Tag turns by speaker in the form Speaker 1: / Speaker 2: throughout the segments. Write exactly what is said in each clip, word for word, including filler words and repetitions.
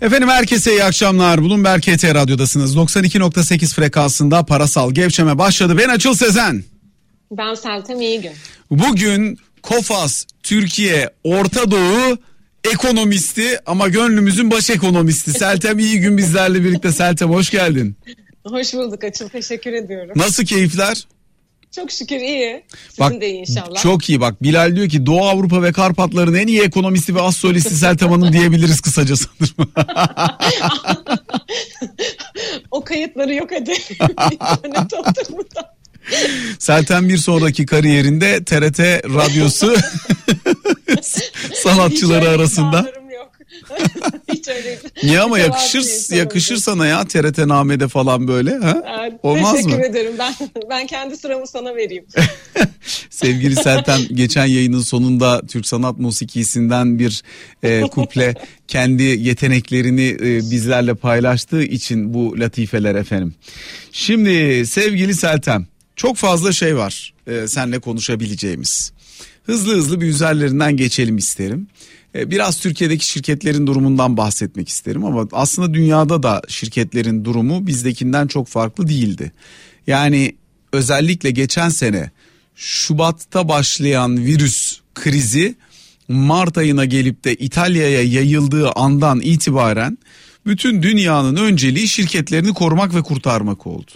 Speaker 1: Efendim herkese iyi akşamlar. Bloomberg K T Radyo'dasınız. doksan iki nokta sekiz frekansında parasal gevşeme başladı. Ben Açıl Sezen.
Speaker 2: Ben Seltem İyigün.
Speaker 1: Bugün KOFAS Türkiye Orta Doğu ekonomisti ama gönlümüzün baş ekonomisti Seltem İyigün bizlerle birlikte. Seltem hoş geldin.
Speaker 2: Hoş bulduk Açıl, teşekkür ediyorum.
Speaker 1: Nasıl keyifler?
Speaker 2: Çok şükür iyi. Sizin
Speaker 1: bak,
Speaker 2: de iyi inşallah.
Speaker 1: Çok iyi bak. Bilal diyor ki Doğu Avrupa ve Karpatların en iyi ekonomisti ve az solisti Seltem Hanım diyebiliriz kısaca sanırım.
Speaker 2: O kayıtları yok edelim. İnternet oturmadan.
Speaker 1: Seltem bir sonraki kariyerinde T R T radyosu sanatçıları arasında.
Speaker 2: Hiç öyle.
Speaker 1: Niye ama yakışır yakışır sana ya T R T Name'de falan böyle ha?
Speaker 2: Evet,
Speaker 1: olmaz
Speaker 2: teşekkür
Speaker 1: mı?
Speaker 2: Teşekkür ederim. Ben ben kendi sıramı sana vereyim.
Speaker 1: Sevgili Seltem geçen yayının sonunda Türk sanat musikisinden bir e, kuple kendi yeteneklerini e, bizlerle paylaştığı için bu latifeler efendim. Şimdi sevgili Seltem, çok fazla şey var e, seninle konuşabileceğimiz. Hızlı hızlı bir üzerlerinden geçelim isterim. Biraz Türkiye'deki şirketlerin durumundan bahsetmek isterim ama aslında dünyada da şirketlerin durumu bizdekinden çok farklı değildi. Yani özellikle geçen sene Şubat'ta başlayan virüs krizi Mart ayına gelip de İtalya'ya yayıldığı andan itibaren bütün dünyanın önceliği şirketlerini korumak ve kurtarmak oldu.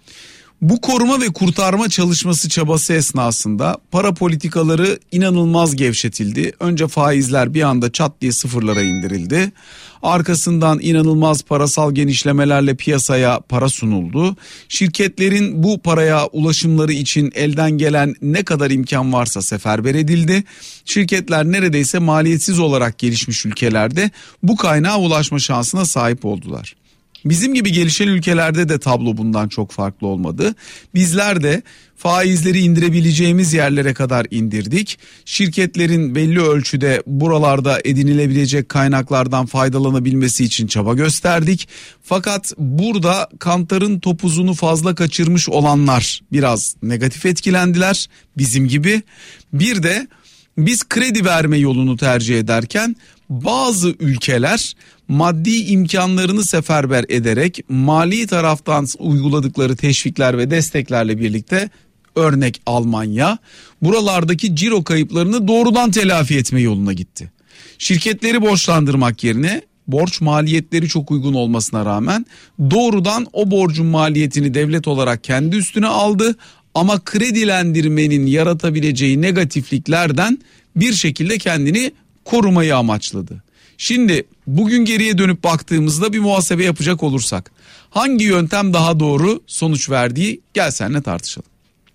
Speaker 1: Bu koruma ve kurtarma çalışması çabası esnasında para politikaları inanılmaz gevşetildi. Önce faizler bir anda çat diye sıfırlara indirildi. Arkasından inanılmaz parasal genişlemelerle piyasaya para sunuldu. Şirketlerin bu paraya ulaşımları için elden gelen ne kadar imkan varsa seferber edildi. Şirketler neredeyse maliyetsiz olarak gelişmiş ülkelerde bu kaynağa ulaşma şansına sahip oldular. Bizim gibi gelişen ülkelerde de tablo bundan çok farklı olmadı. Bizler de faizleri indirebileceğimiz yerlere kadar indirdik. Şirketlerin belli ölçüde buralarda edinilebilecek kaynaklardan faydalanabilmesi için çaba gösterdik. Fakat burada kantarın topuzunu fazla kaçırmış olanlar biraz negatif etkilendiler bizim gibi. Bir de biz kredi verme yolunu tercih ederken bazı ülkeler maddi imkanlarını seferber ederek mali taraftan uyguladıkları teşvikler ve desteklerle birlikte, örnek Almanya, buralardaki ciro kayıplarını doğrudan telafi etme yoluna gitti. Şirketleri borçlandırmak yerine borç maliyetleri çok uygun olmasına rağmen doğrudan o borcun maliyetini devlet olarak kendi üstüne aldı ama kredilendirmenin yaratabileceği negatifliklerden bir şekilde kendini korumayı amaçladı. Şimdi bugün geriye dönüp baktığımızda bir muhasebe yapacak olursak hangi yöntem daha doğru sonuç verdiği, gel seninle tartışalım.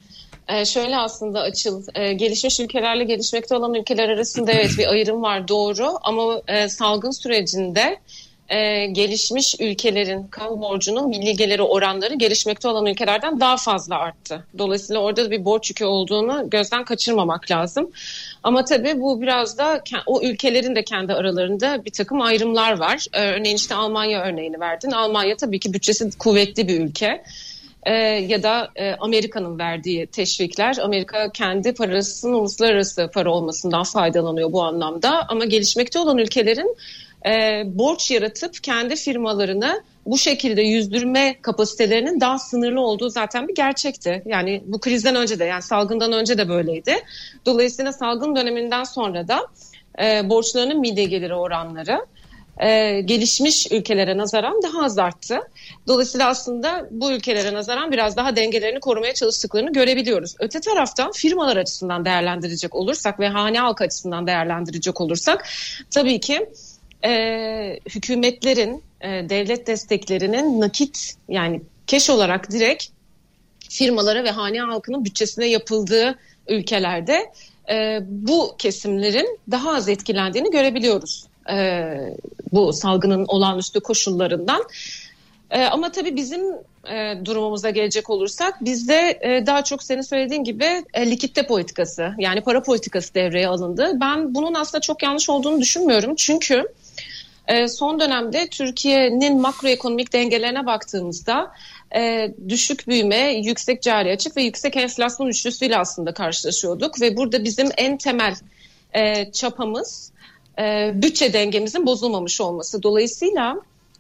Speaker 2: Ee, şöyle aslında Açıl, e, gelişmiş ülkelerle gelişmekte olan ülkeler arasında evet bir ayrım var, doğru, ama e, salgın sürecinde e, gelişmiş ülkelerin kamu borcunun milli geliri oranları gelişmekte olan ülkelerden daha fazla arttı. Dolayısıyla orada da bir borç yükü olduğunu gözden kaçırmamak lazım. Ama tabii bu biraz da o ülkelerin de kendi aralarında bir takım ayrımlar var. Ee, örneğin işte Almanya örneğini verdin. Almanya tabii ki bütçesi kuvvetli bir ülke. Ee, ya da e, Amerika'nın verdiği teşvikler. Amerika kendi parasının uluslararası para olmasından faydalanıyor bu anlamda. Ama gelişmekte olan ülkelerin e, borç yaratıp kendi firmalarını bu şekilde yüzdürme kapasitelerinin daha sınırlı olduğu zaten bir gerçekti. Yani bu krizden önce de, yani salgından önce de böyleydi. Dolayısıyla salgın döneminden sonra da e, borçlarının milli geliri oranları e, gelişmiş ülkelere nazaran daha az arttı. Dolayısıyla aslında bu ülkelere nazaran biraz daha dengelerini korumaya çalıştıklarını görebiliyoruz. Öte taraftan firmalar açısından değerlendirecek olursak ve hane halkı açısından değerlendirecek olursak tabii ki e, hükümetlerin, e, devlet desteklerinin nakit, yani keş olarak direkt firmalara ve hane halkının bütçesine yapıldığı ülkelerde e, bu kesimlerin daha az etkilendiğini görebiliyoruz. E, bu salgının olağanüstü koşullarından. E, ama tabii bizim e, durumumuza gelecek olursak bizde e, daha çok senin söylediğin gibi e, likitte politikası, yani para politikası devreye alındı. Ben bunun aslında çok yanlış olduğunu düşünmüyorum. Çünkü e, son dönemde Türkiye'nin makroekonomik dengelerine baktığımızda e, düşük büyüme, yüksek cari açık ve yüksek enflasyon üçlüsüyle aslında karşılaşıyorduk. Ve burada bizim en temel e, çapamız e, bütçe dengemizin bozulmamış olması. Dolayısıyla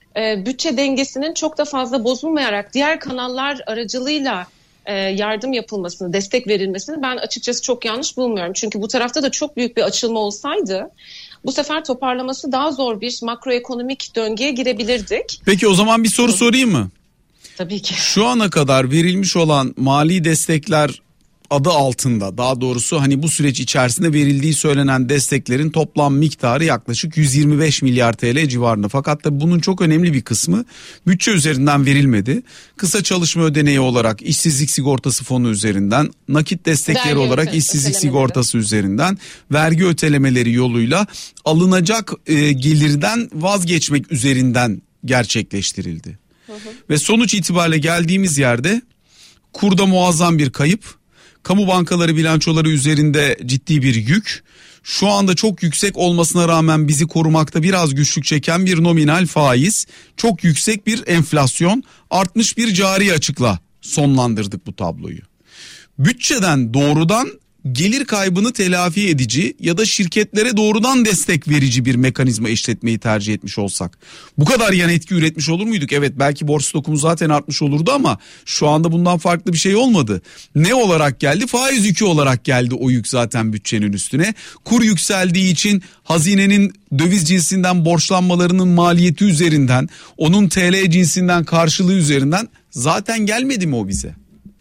Speaker 2: e, bütçe dengesinin çok da fazla bozulmayarak diğer kanallar aracılığıyla e, yardım yapılmasını, destek verilmesini ben açıkçası çok yanlış bulmuyorum. Çünkü bu tarafta da çok büyük bir açılma olsaydı bu sefer toparlaması daha zor bir makroekonomik döngüye girebilirdik.
Speaker 1: Peki o zaman bir soru sorayım mı?
Speaker 2: Tabii ki.
Speaker 1: Şu ana kadar verilmiş olan mali destekler adı altında, daha doğrusu hani bu süreç içerisinde verildiği söylenen desteklerin toplam miktarı yaklaşık yüz yirmi beş milyar T L civarında. Fakat da bunun çok önemli bir kısmı bütçe üzerinden verilmedi. Kısa çalışma ödeneği olarak işsizlik sigortası fonu üzerinden, nakit destekleri vergi olarak öte, işsizlik sigortası üzerinden, vergi ötelemeleri yoluyla alınacak e, gelirden vazgeçmek üzerinden gerçekleştirildi. Hı hı. Ve sonuç itibariyle geldiğimiz yerde kurda muazzam bir kayıp. Kamu bankaları bilançoları üzerinde ciddi bir yük. Şu anda çok yüksek olmasına rağmen bizi korumakta biraz güçlük çeken bir nominal faiz, çok yüksek bir enflasyon, artmış bir cari açıkla sonlandırdık bu tabloyu. Bütçeden doğrudan gelir kaybını telafi edici ya da şirketlere doğrudan destek verici bir mekanizma işletmeyi tercih etmiş olsak bu kadar yan etki üretmiş olur muyduk? Evet, belki borç stokumuz zaten artmış olurdu ama şu anda bundan farklı bir şey olmadı. Ne olarak geldi? Faiz yükü olarak geldi o yük zaten bütçenin üstüne. Kur yükseldiği için hazinenin döviz cinsinden borçlanmalarının maliyeti üzerinden, onun T L cinsinden karşılığı üzerinden zaten gelmedi mi o bize?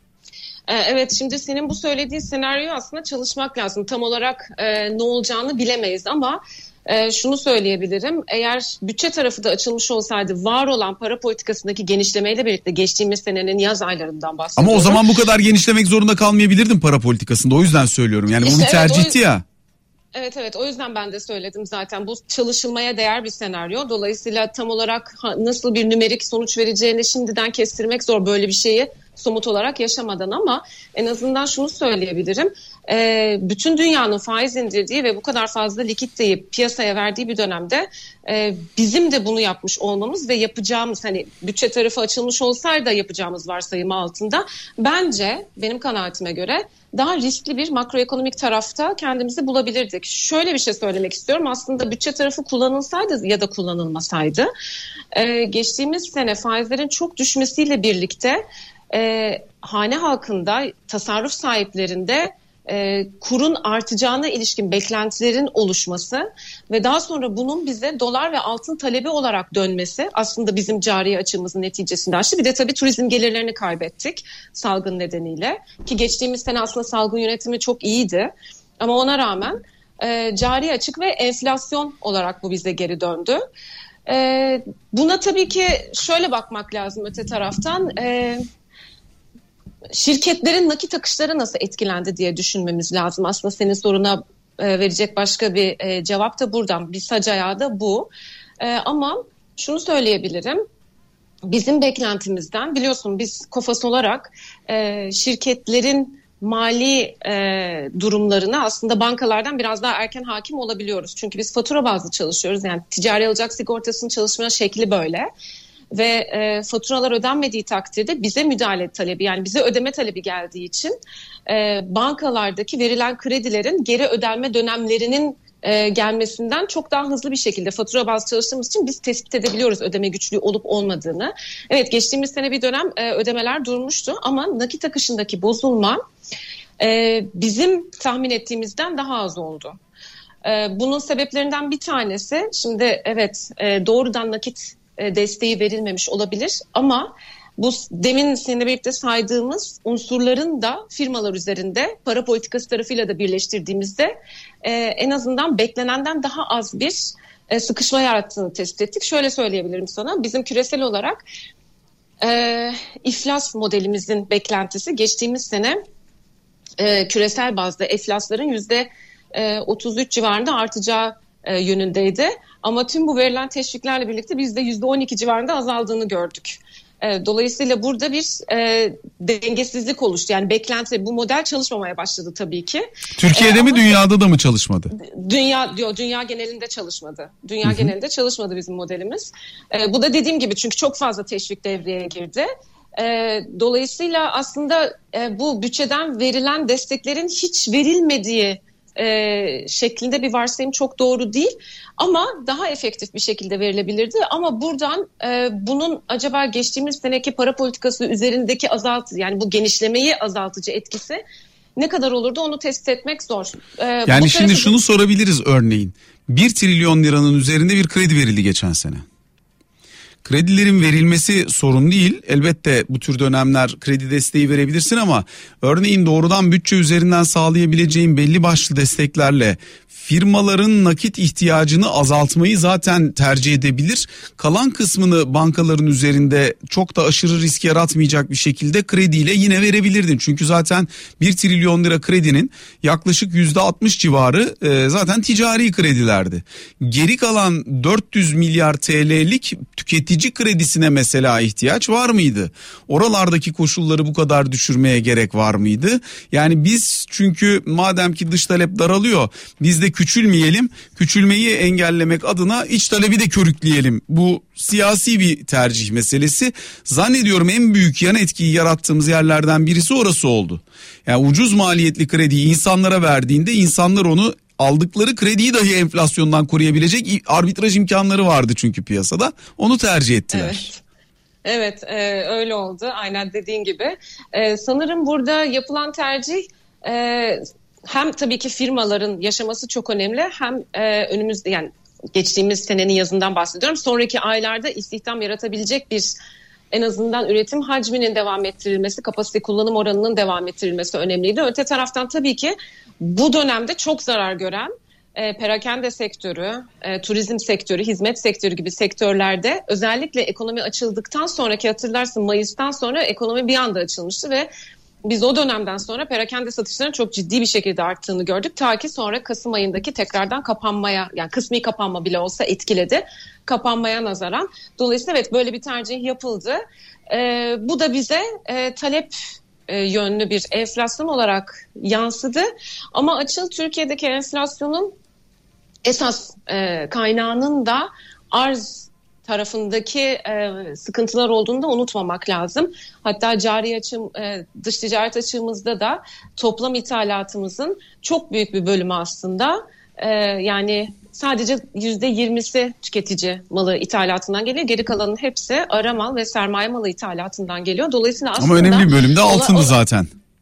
Speaker 2: Evet, şimdi senin bu söylediğin senaryo aslında çalışmak lazım. Tam olarak e, ne olacağını bilemeyiz ama e, şunu söyleyebilirim. Eğer bütçe tarafı da açılmış olsaydı, var olan para politikasındaki genişlemeyle birlikte geçtiğimiz senenin yaz aylarından bahsediyorum.
Speaker 1: Ama o zaman bu kadar genişlemek zorunda kalmayabilirdin para politikasında, o yüzden söylüyorum. Yani işte bu bir tercihti evet, ya.
Speaker 2: Evet evet, o yüzden ben de söyledim zaten, bu çalışılmaya değer bir senaryo. Dolayısıyla tam olarak nasıl bir nümerik sonuç vereceğini şimdiden kestirmek zor, böyle bir şeyi somut olarak yaşamadan, ama en azından şunu söyleyebilirim. E, bütün dünyanın faiz indirdiği ve bu kadar fazla likiditeyi piyasaya verdiği bir dönemde e, bizim de bunu yapmış olmamız ve yapacağımız, hani bütçe tarafı açılmış olsaydı yapacağımız varsayımı altında, bence benim kanaatime göre daha riskli bir makroekonomik tarafta kendimizi bulabilirdik. Şöyle bir şey söylemek istiyorum. Aslında bütçe tarafı kullanılsaydı ya da kullanılmasaydı, e, geçtiğimiz sene faizlerin çok düşmesiyle birlikte e, hane halkında, tasarruf sahiplerinde e, kurun artacağına ilişkin beklentilerin oluşması ve daha sonra bunun bize dolar ve altın talebi olarak dönmesi aslında bizim cari açığımızın neticesinde açtı. Bir de tabii turizm gelirlerini kaybettik salgın nedeniyle, ki geçtiğimiz sene aslında salgın yönetimi çok iyiydi ama ona rağmen e, cari açık ve enflasyon olarak bu bize geri döndü. E, buna tabii ki şöyle bakmak lazım öte taraftan. E, Şirketlerin nakit akışları nasıl etkilendi diye düşünmemiz lazım. Aslında senin soruna e, verecek başka bir e, cevap da buradan. Bir sac ayağı da bu. E, ama şunu söyleyebilirim. Bizim beklentimizden, biliyorsun biz KOFAS olarak e, şirketlerin mali e, durumlarına aslında bankalardan biraz daha erken hakim olabiliyoruz. Çünkü biz fatura bazlı çalışıyoruz. Yani ticari alacak sigortasının çalışma şekli böyle. Ve e, faturalar ödenmediği takdirde bize müdahale talebi, yani bize ödeme talebi geldiği için e, bankalardaki verilen kredilerin geri ödenme dönemlerinin e, gelmesinden çok daha hızlı bir şekilde fatura bazlı çalıştığımız için biz tespit edebiliyoruz ödeme güçlüğü olup olmadığını. Evet, geçtiğimiz sene bir dönem e, ödemeler durmuştu ama nakit akışındaki bozulma e, bizim tahmin ettiğimizden daha az oldu. E, bunun sebeplerinden bir tanesi, şimdi evet e, doğrudan nakit desteği verilmemiş olabilir ama bu demin seninle birlikte saydığımız unsurların da firmalar üzerinde para politikası tarafıyla da birleştirdiğimizde e, en azından beklenenden daha az bir e, sıkışma yarattığını tespit ettik. Şöyle söyleyebilirim sana, bizim küresel olarak e, iflas modelimizin beklentisi geçtiğimiz sene e, küresel bazda enflasların yüzde otuz üç civarında artacağı e, yönündeydi. Ama tüm bu verilen teşviklerle birlikte biz de yüzde on iki civarında azaldığını gördük. E, dolayısıyla burada bir e, dengesizlik oluştu. Yani beklenti, bu model çalışmamaya başladı tabii ki.
Speaker 1: Türkiye'de e, mi dünyada da mı çalışmadı?
Speaker 2: Dünya diyor, dünya genelinde çalışmadı. Dünya Hı-hı. genelinde çalışmadı bizim modelimiz. E, bu da dediğim gibi çünkü çok fazla teşvik devreye girdi. E, dolayısıyla aslında e, bu bütçeden verilen desteklerin hiç verilmediği e, şeklinde bir varsayım çok doğru değil. Ama daha efektif bir şekilde verilebilirdi. Ama buradan e, bunun acaba geçtiğimiz seneki para politikası üzerindeki azaltı, yani bu genişlemeyi azaltıcı etkisi ne kadar olurdu onu tespit etmek zor.
Speaker 1: Ee, yani şimdi şunu bir... sorabiliriz örneğin. bir trilyon liranın üzerinde bir kredi verildi geçen sene. Kredilerin verilmesi sorun değil. Elbette bu tür dönemler kredi desteği verebilirsin ama örneğin doğrudan bütçe üzerinden sağlayabileceğin belli başlı desteklerle firmaların nakit ihtiyacını azaltmayı zaten tercih edebilir. Kalan kısmını bankaların üzerinde çok da aşırı risk yaratmayacak bir şekilde krediyle yine verebilirdin. Çünkü zaten bir trilyon lira kredinin yaklaşık yüzde altmış civarı e, zaten ticari kredilerdi. Geri kalan dört yüz milyar T L'lik tüketici kredisine mesela ihtiyaç var mıydı? Oralardaki koşulları bu kadar düşürmeye gerek var mıydı? Yani biz çünkü madem ki dış talep daralıyor, biz de küçülmeyelim, küçülmeyi engellemek adına iç talebi de körükleyelim. Bu siyasi bir tercih meselesi. Zannediyorum en büyük yan etkiyi yarattığımız yerlerden birisi orası oldu. Yani ucuz maliyetli krediyi insanlara verdiğinde insanlar onu aldıkları krediyi dahi enflasyondan koruyabilecek arbitraj imkanları vardı çünkü piyasada. Onu tercih ettiler.
Speaker 2: Evet. Evet, e, öyle oldu. Aynen dediğin gibi. E, sanırım burada yapılan tercih e, hem tabii ki firmaların yaşaması çok önemli, hem e, önümüzde, yani geçtiğimiz senenin yazından bahsediyorum. Sonraki aylarda istihdam yaratabilecek bir, en azından üretim hacminin devam ettirilmesi, kapasite kullanım oranının devam ettirilmesi önemliydi. Öte taraftan tabii ki bu dönemde çok zarar gören e, perakende sektörü, e, turizm sektörü, hizmet sektörü gibi sektörlerde özellikle ekonomi açıldıktan sonraki, hatırlarsın Mayıs'tan sonra ekonomi bir anda açılmıştı ve biz o dönemden sonra perakende satışlarının çok ciddi bir şekilde arttığını gördük. Ta ki sonra Kasım ayındaki tekrardan kapanmaya, yani kısmi kapanma bile olsa etkiledi. Kapanmaya nazaran. Dolayısıyla evet, böyle bir tercih yapıldı. Ee, bu da bize e, talep e, yönlü bir enflasyon olarak yansıdı. Ama açıl Türkiye'deki enflasyonun esas e, kaynağının da arz tarafındaki e, sıkıntılar olduğunu da unutmamak lazım. Hatta cari açım, e, dış ticaret açığımızda da toplam ithalatımızın çok büyük bir bölümü aslında e, yani sadece yüzde yirmisi tüketici malı ithalatından geliyor. Geri kalanın hepsi ara mal ve sermaye malı ithalatından geliyor. Dolayısıyla aslında...
Speaker 1: Ama önemli bir bölümde altındı zaten.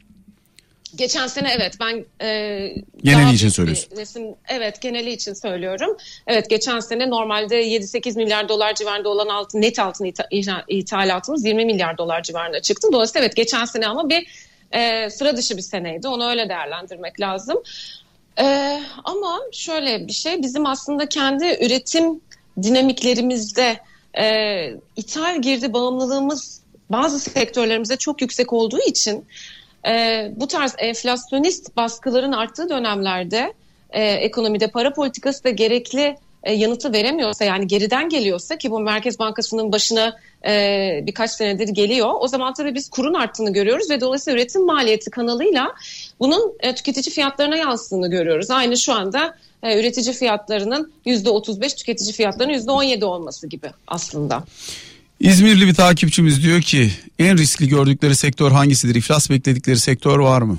Speaker 2: Geçen sene evet ben e,
Speaker 1: geneli için söylüyorsun.
Speaker 2: Resim, evet geneli için söylüyorum. Evet, geçen sene normalde yedi sekiz milyar dolar civarında olan altın, net altın itha, ithalatımız yirmi milyar dolar civarında çıktı. Dolayısıyla evet, geçen sene ama bir e, sıra dışı bir seneydi. Onu öyle değerlendirmek lazım. E, ama şöyle bir şey, bizim aslında kendi üretim dinamiklerimizde e, ithal girdi bağımlılığımız bazı sektörlerimize çok yüksek olduğu için Ee, bu tarz enflasyonist baskıların arttığı dönemlerde e, ekonomide para politikası da gerekli e, yanıtı veremiyorsa, yani geriden geliyorsa, ki bu Merkez Bankası'nın başına e, birkaç senedir geliyor, o zaman tabii biz kurun arttığını görüyoruz ve dolayısıyla üretim maliyeti kanalıyla bunun e, tüketici fiyatlarına yansıdığını görüyoruz. Aynı şu anda e, üretici fiyatlarının yüzde otuz beş, tüketici fiyatlarının yüzde on yedi olması gibi aslında.
Speaker 1: İzmirli bir takipçimiz diyor ki en riskli gördükleri sektör hangisidir? İflas bekledikleri sektör var mı?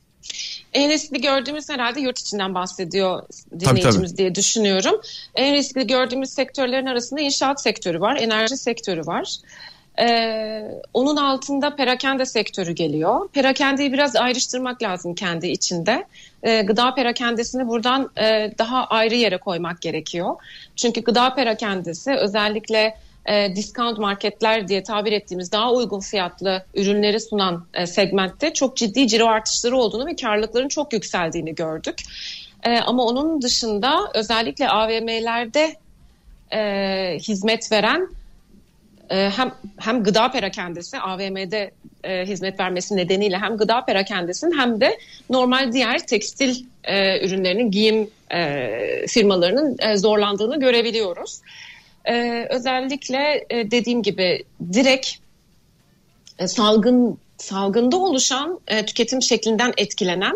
Speaker 2: En riskli gördüğümüz herhalde yurt içinden bahsediyor dinleyicimiz tabii, tabii. diye düşünüyorum. En riskli gördüğümüz sektörlerin arasında inşaat sektörü var, enerji sektörü var. Ee, onun altında perakende sektörü geliyor. Perakendeyi biraz ayrıştırmak lazım kendi içinde. Ee, gıda perakendesini buradan e, daha ayrı yere koymak gerekiyor. Çünkü gıda perakendesi özellikle E, discount marketler diye tabir ettiğimiz daha uygun fiyatlı ürünleri sunan e, segmentte çok ciddi ciro artışları olduğunu ve karlılıkların çok yükseldiğini gördük. E, ama onun dışında özellikle A V M'lerde e, hizmet veren e, hem hem gıda perakendesi, A V M'de e, hizmet vermesi nedeniyle hem gıda perakendesinin hem de normal diğer tekstil e, ürünlerinin, giyim e, firmalarının e, zorlandığını görebiliyoruz. Ee, özellikle e, dediğim gibi direkt e, salgın salgında oluşan e, tüketim şeklinden etkilenen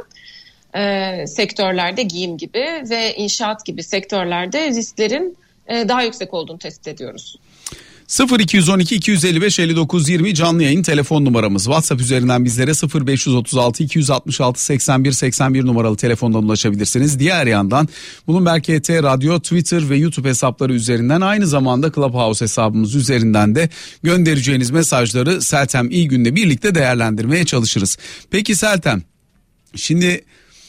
Speaker 2: e, sektörlerde, giyim gibi ve inşaat gibi sektörlerde risklerin e, daha yüksek olduğunu tespit ediyoruz.
Speaker 1: sıfır iki on iki iki yüz elli beş elli dokuz yirmi canlı yayın telefon numaramız. WhatsApp üzerinden bizlere sıfır beş otuz altı iki altı altı seksen bir seksen bir numaralı telefondan ulaşabilirsiniz. Diğer yandan Bloomberg H T Radyo, Twitter ve YouTube hesapları üzerinden, aynı zamanda Clubhouse hesabımız üzerinden de göndereceğiniz mesajları Seltem İlgün'le birlikte değerlendirmeye çalışırız. Peki Seltem, şimdi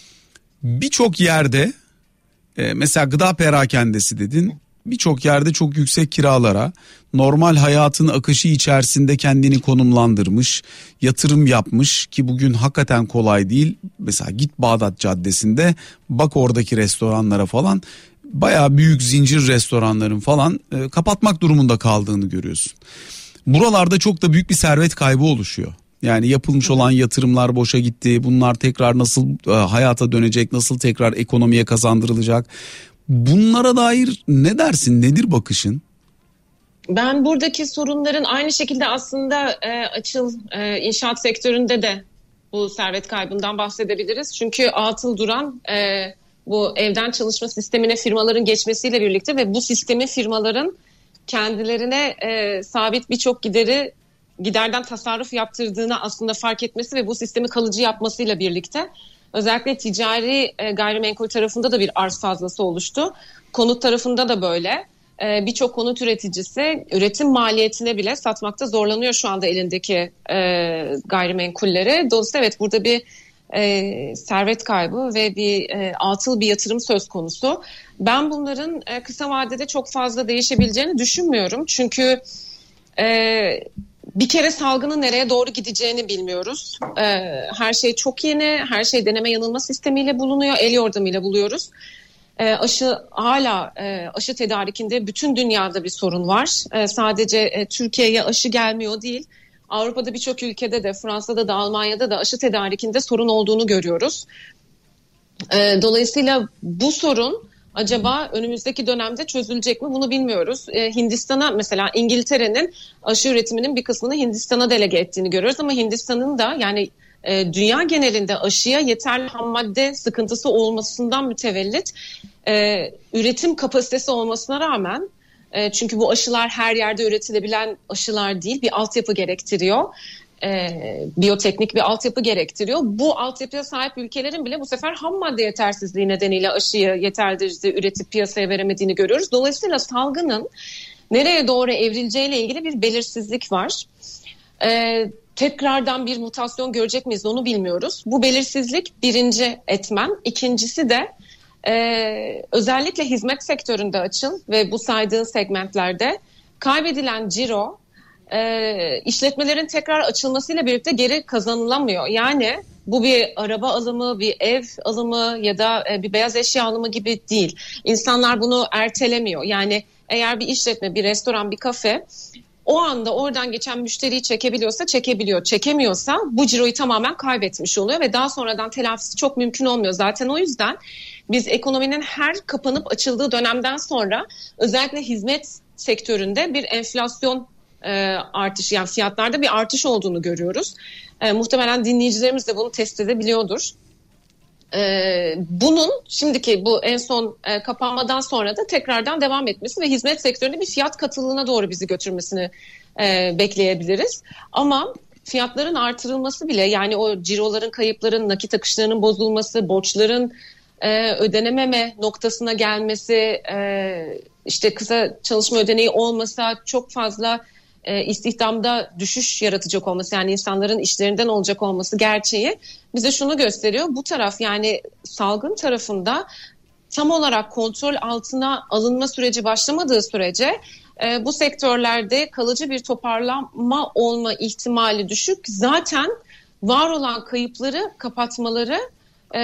Speaker 1: birçok yerde e, mesela gıda perakendesi dedin. Birçok yerde çok yüksek kiralara, normal hayatın akışı içerisinde kendini konumlandırmış, yatırım yapmış ki bugün hakikaten kolay değil. Mesela git Bağdat Caddesi'nde bak oradaki restoranlara falan, bayağı büyük zincir restoranların falan e, kapatmak durumunda kaldığını görüyorsun. Buralarda çok da büyük bir servet kaybı oluşuyor. Yani yapılmış olan yatırımlar boşa gitti. Bunlar tekrar nasıl e, hayata dönecek, nasıl tekrar ekonomiye kazandırılacak? Bunlara dair ne dersin? Nedir bakışın?
Speaker 2: Ben buradaki sorunların aynı şekilde aslında e, açıl e, inşaat sektöründe de bu servet kaybından bahsedebiliriz. Çünkü atıl duran e, bu evden çalışma sistemine firmaların geçmesiyle birlikte ve bu sistemi firmaların kendilerine e, sabit birçok gideri giderden tasarruf yaptırdığını aslında fark etmesi ve bu sistemi kalıcı yapmasıyla birlikte özellikle ticari e, gayrimenkul tarafında da bir arz fazlası oluştu. Konut tarafında da böyle. E, Birçok konut üreticisi üretim maliyetine bile satmakta zorlanıyor şu anda elindeki e, gayrimenkulleri. Dolayısıyla evet, burada bir e, servet kaybı ve bir e, atıl bir yatırım söz konusu. Ben bunların e, kısa vadede çok fazla değişebileceğini düşünmüyorum. Çünkü e, bir kere salgının nereye doğru gideceğini bilmiyoruz. Ee, her şey çok yeni, her şey deneme yanılma sistemiyle bulunuyor, el yordamıyla buluyoruz. Ee, aşı hala e, aşı tedarikinde bütün dünyada bir sorun var. Ee, sadece e, Türkiye'ye aşı gelmiyor değil, Avrupa'da birçok ülkede de, Fransa'da da, Almanya'da da aşı tedarikinde sorun olduğunu görüyoruz. Ee, dolayısıyla bu sorun acaba önümüzdeki dönemde çözülecek mi, bunu bilmiyoruz. Ee, Hindistan'a mesela, İngiltere'nin aşı üretiminin bir kısmını Hindistan'a delege ettiğini görüyoruz. Ama Hindistan'ın da yani e, dünya genelinde aşıya yeterli ham madde sıkıntısı olmasından mütevellit e, üretim kapasitesi olmasına rağmen, e, çünkü bu aşılar her yerde üretilebilen aşılar değil, bir altyapı gerektiriyor. E, biyoteknik bir altyapı gerektiriyor. Bu altyapıya sahip ülkelerin bile bu sefer ham madde yetersizliği nedeniyle aşıyı yeterli derecede üretip piyasaya veremediğini görüyoruz. Dolayısıyla salgının nereye doğru evrileceğiyle ilgili bir belirsizlik var. E, tekrardan bir mutasyon görecek miyiz onu bilmiyoruz. Bu belirsizlik birinci etmen. İkincisi de e, özellikle hizmet sektöründe açıl ve bu saydığın segmentlerde kaybedilen ciro E, işletmelerin tekrar açılmasıyla birlikte geri kazanılamıyor. Yani bu bir araba alımı, bir ev alımı ya da e, bir beyaz eşya alımı gibi değil. İnsanlar bunu ertelemiyor. Yani eğer bir işletme, bir restoran, bir kafe o anda oradan geçen müşteriyi çekebiliyorsa çekebiliyor. Çekemiyorsa bu ciroyu tamamen kaybetmiş oluyor ve daha sonradan telafisi çok mümkün olmuyor. Zaten o yüzden biz ekonominin her kapanıp açıldığı dönemden sonra özellikle hizmet sektöründe bir enflasyon E, artışı, yani fiyatlarda bir artış olduğunu görüyoruz. E, muhtemelen dinleyicilerimiz de bunu test edebiliyordur. E, bunun şimdiki bu en son e, kapanmadan sonra da tekrardan devam etmesi ve hizmet sektöründe bir fiyat katılığına doğru bizi götürmesini e, bekleyebiliriz. Ama fiyatların artırılması bile, yani o ciroların, kayıpların, nakit akışlarının bozulması, borçların e, ödenememe noktasına gelmesi, e, işte kısa çalışma ödeneği olmasa çok fazla E, istihdamda düşüş yaratacak olması, yani insanların işlerinden olacak olması gerçeği bize şunu gösteriyor. Bu taraf, yani salgın tarafında tam olarak kontrol altına alınma süreci başlamadığı sürece e, bu sektörlerde kalıcı bir toparlanma olma ihtimali düşük. Zaten var olan kayıpları kapatmaları e,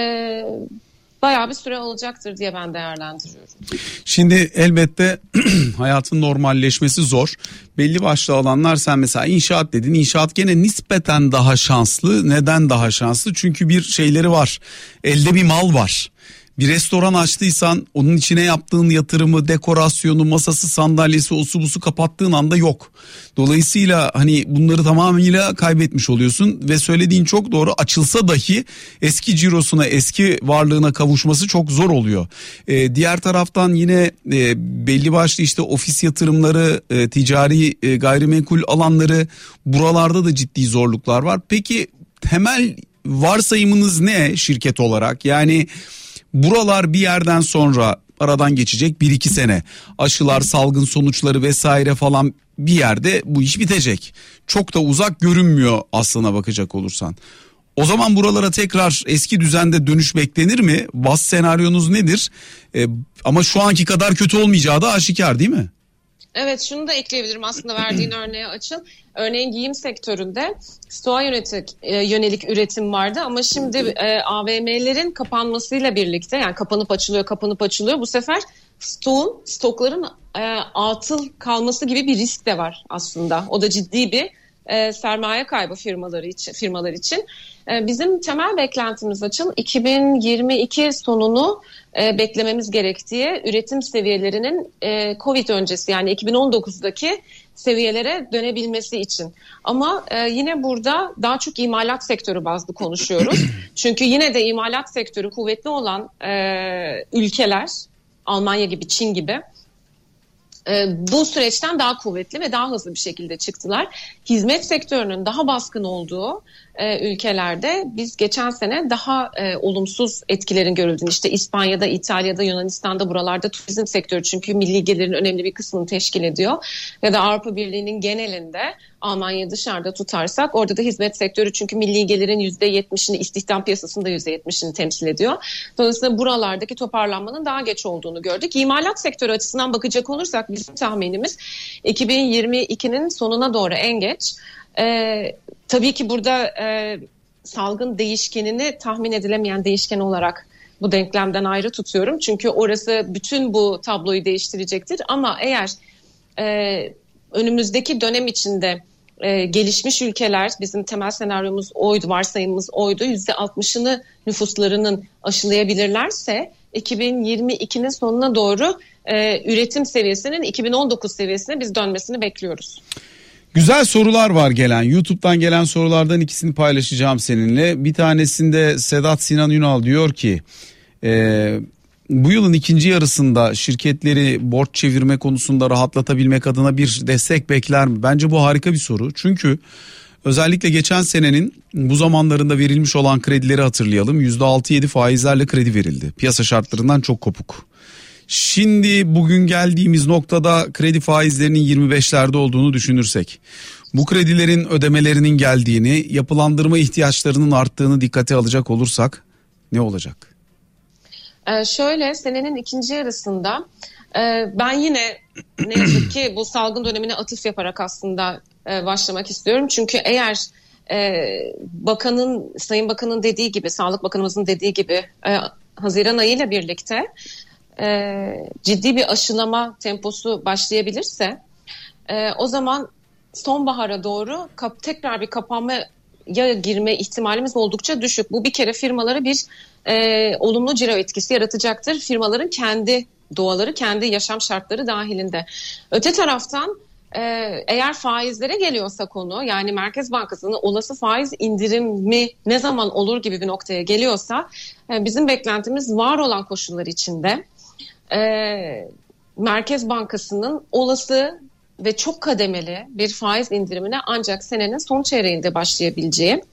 Speaker 2: bayağı bir süre olacaktır diye ben değerlendiriyorum.
Speaker 1: Şimdi elbette hayatın normalleşmesi zor. Belli başlı alanlar, sen mesela inşaat dedin. İnşaat gene nispeten daha şanslı. Neden daha şanslı? Çünkü bir şeyleri var. Elde bir mal var. Bir restoran açtıysan onun içine yaptığın yatırımı, dekorasyonu, masası, sandalyesi, osu busu kapattığın anda yok. Dolayısıyla hani bunları tamamıyla kaybetmiş oluyorsun ve söylediğin çok doğru. Açılsa dahi eski cirosuna, eski varlığına kavuşması çok zor oluyor. Ee, diğer taraftan yine e, belli başlı işte ofis yatırımları, e, ticari e, gayrimenkul alanları, buralarda da ciddi zorluklar var. Peki temel varsayımınız ne şirket olarak? Yani buralar bir yerden sonra, aradan geçecek bir iki sene, aşılar, salgın sonuçları vesaire falan, bir yerde bu iş bitecek. Çok da uzak görünmüyor aslına bakacak olursan. O zaman buralara tekrar eski düzende dönüş beklenir mi? Bas senaryonuz nedir? Ee, ama şu anki kadar kötü olmayacağı da aşikar, değil mi?
Speaker 2: Evet, şunu da ekleyebilirim aslında verdiğin örneğe Açıl. Örneğin giyim sektöründe stoğa yönelik, e, yönelik üretim vardı ama şimdi e, A V M'lerin kapanmasıyla birlikte, yani kapanıp açılıyor kapanıp açılıyor, bu sefer stoğun, stokların e, atıl kalması gibi bir risk de var aslında. O da ciddi bir e, sermaye kaybı firmaları için. Firmalar için. E, bizim temel beklentimiz Açıl iki bin yirmi iki sonunu e, beklememiz gerektiği, üretim seviyelerinin e, Covid öncesi yani iki bin on dokuzdaki seviyelere dönebilmesi için. Ama e, yine burada daha çok imalat sektörü bazlı konuşuyoruz. Çünkü yine de imalat sektörü kuvvetli olan e, ülkeler, Almanya gibi, Çin gibi, e, bu süreçten daha kuvvetli ve daha hızlı bir şekilde çıktılar. Hizmet sektörünün daha baskın olduğu e, ülkelerde biz geçen sene daha e, olumsuz etkilerin görüldüğünü, işte İspanya'da, İtalya'da, Yunanistan'da, buralarda turizm sektörü çünkü milli gelirin önemli bir kısmını teşkil ediyor. Ya da Avrupa Birliği'nin genelinde, Almanya'yı dışarıda tutarsak, orada da hizmet sektörü çünkü milli gelirin yüzde yetmişini, istihdam piyasasında yüzde yetmişini temsil ediyor. Dolayısıyla buralardaki toparlanmanın daha geç olduğunu gördük. İmalat sektörü açısından bakacak olursak bizim tahminimiz iki bin yirmi ikinin sonuna doğru en geç. Ee, tabii ki burada e, salgın değişkenini tahmin edilemeyen değişken olarak bu denklemden ayrı tutuyorum. Çünkü orası bütün bu tabloyu değiştirecektir. Ama eğer e, önümüzdeki dönem içinde e, gelişmiş ülkeler, bizim temel senaryomuz oydu, varsayımımız oydu, yüzde altmışını nüfuslarının aşılayabilirlerse iki bin yirmi ikinin sonuna doğru e, üretim seviyesinin iki bin on dokuz seviyesine biz dönmesini bekliyoruz.
Speaker 1: Güzel sorular var gelen. YouTube'dan gelen sorulardan ikisini paylaşacağım seninle. Bir tanesinde Sedat Sinan Ünal diyor ki e, bu yılın ikinci yarısında şirketleri borç çevirme konusunda rahatlatabilmek adına bir destek bekler mi? Bence bu harika bir soru. Çünkü özellikle geçen senenin bu zamanlarında verilmiş olan kredileri hatırlayalım. yüzde altı yedi faizlerle kredi verildi. Piyasa şartlarından çok kopuk. Şimdi bugün geldiğimiz noktada kredi faizlerinin yirmi beşlerde olduğunu düşünürsek, bu kredilerin ödemelerinin geldiğini, yapılandırma ihtiyaçlarının arttığını dikkate alacak olursak ne olacak?
Speaker 2: Ee, şöyle, senenin ikinci yarısında e, ben yine ne yazık ki bu salgın dönemine atıf yaparak aslında e, başlamak istiyorum. Çünkü eğer e, bakanın, Sayın Bakan'ın dediği gibi, Sağlık Bakanımızın dediği gibi e, Haziran ayıyla birlikte e, ciddi bir aşılama temposu başlayabilirse e, o zaman sonbahara doğru kap, tekrar bir kapanmaya girme ihtimalimiz oldukça düşük. Bu bir kere firmalara bir e, olumlu ciro etkisi yaratacaktır. Firmaların kendi doğaları, kendi yaşam şartları dahilinde. Öte taraftan e, eğer faizlere geliyorsa konu, yani Merkez Bankası'nın olası faiz indirimi ne zaman olur gibi bir noktaya geliyorsa e, bizim beklentimiz var olan koşullar içinde e, Merkez Bankası'nın olası ve çok kademeli bir faiz indirimine ancak senenin son çeyreğinde başlayabileceği.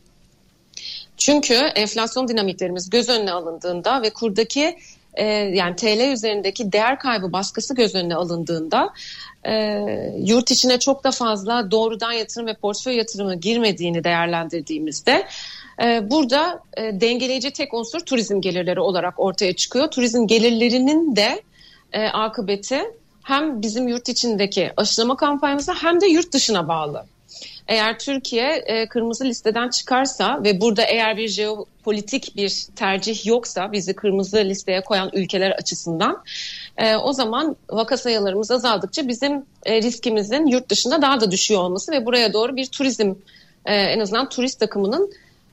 Speaker 2: Çünkü enflasyon dinamiklerimiz göz önüne alındığında ve kurdaki e, yani T L üzerindeki değer kaybı baskısı göz önüne alındığında e, yurt içine çok da fazla doğrudan yatırım ve portföy yatırımı girmediğini değerlendirdiğimizde e, burada e, dengeleyici tek unsur turizm gelirleri olarak ortaya çıkıyor. Turizm gelirlerinin de e, akıbeti hem bizim yurt içindeki aşılama kampanyamıza hem de yurt dışına bağlı. Eğer Türkiye e, kırmızı listeden çıkarsa ve burada eğer bir jeopolitik bir tercih yoksa bizi kırmızı listeye koyan ülkeler açısından e, o zaman vaka sayılarımız azaldıkça bizim e, riskimizin yurt dışında daha da düşüyor olması ve buraya doğru bir turizm e, en azından turist akımının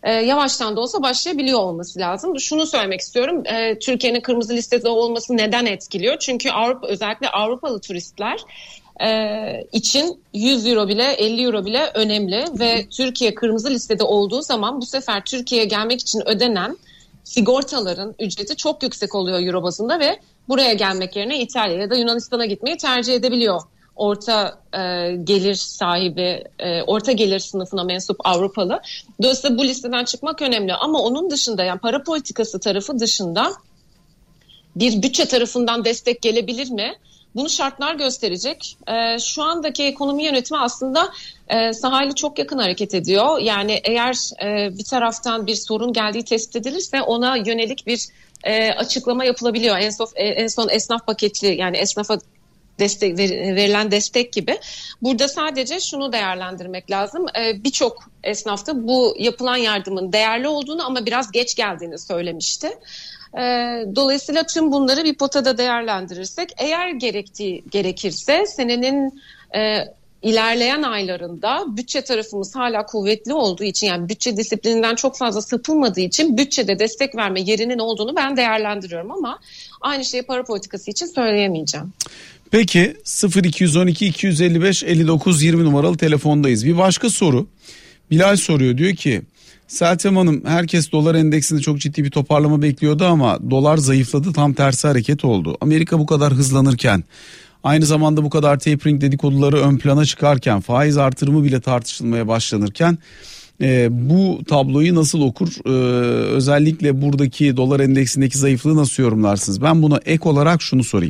Speaker 2: e, yavaştan da olsa başlayabiliyor olması lazım. Şunu söylemek istiyorum. E, Türkiye'nin kırmızı listede olması neden etkiliyor? Çünkü Avrupa, özellikle Avrupalı turistler e, için yüz euro bile elli euro bile önemli ve Türkiye kırmızı listede olduğu zaman bu sefer Türkiye'ye gelmek için ödenen sigortaların ücreti çok yüksek oluyor euro bazında ve buraya gelmek yerine İtalya ya da Yunanistan'a gitmeyi tercih edebiliyor. Orta e, gelir sahibi, e, orta gelir sınıfına mensup Avrupalı. Dolayısıyla bu listeden çıkmak önemli. Ama onun dışında, yani para politikası tarafı dışında bir bütçe tarafından destek gelebilir mi? Bunu şartlar gösterecek. E, şu andaki ekonomi yönetimi aslında e, sahayla çok yakın hareket ediyor. Yani eğer e, bir taraftan bir sorun geldiği tespit edilirse ona yönelik bir e, açıklama yapılabiliyor. En son, en son esnaf paketi, yani esnafa destek, verilen destek gibi. Burada sadece şunu değerlendirmek lazım. Ee, birçok esnafta bu yapılan yardımın değerli olduğunu ama biraz geç geldiğini söylemişti. Ee, dolayısıyla tüm bunları bir potada değerlendirirsek, eğer gerektiği gerekirse senenin e, ilerleyen aylarında bütçe tarafımız hala kuvvetli olduğu için, yani bütçe disiplininden çok fazla sapılmadığı için bütçede destek verme yerinin olduğunu ben değerlendiriyorum ama aynı şeyi para politikası için söyleyemeyeceğim.
Speaker 1: Peki sıfır iki on iki iki yüz elli beş elli dokuz yirmi numaralı telefondayız. Bir başka soru. Bilal soruyor, diyor ki Seltem Hanım, herkes dolar endeksinde çok ciddi bir toparlama bekliyordu ama dolar zayıfladı, tam tersi hareket oldu. Amerika bu kadar hızlanırken, aynı zamanda bu kadar tapering dedikoduları ön plana çıkarken, faiz artırımı bile tartışılmaya başlanırken e, bu tabloyu nasıl okur? E, özellikle buradaki dolar endeksindeki zayıflığı nasıl yorumlarsınız? Ben buna ek olarak şunu sorayım.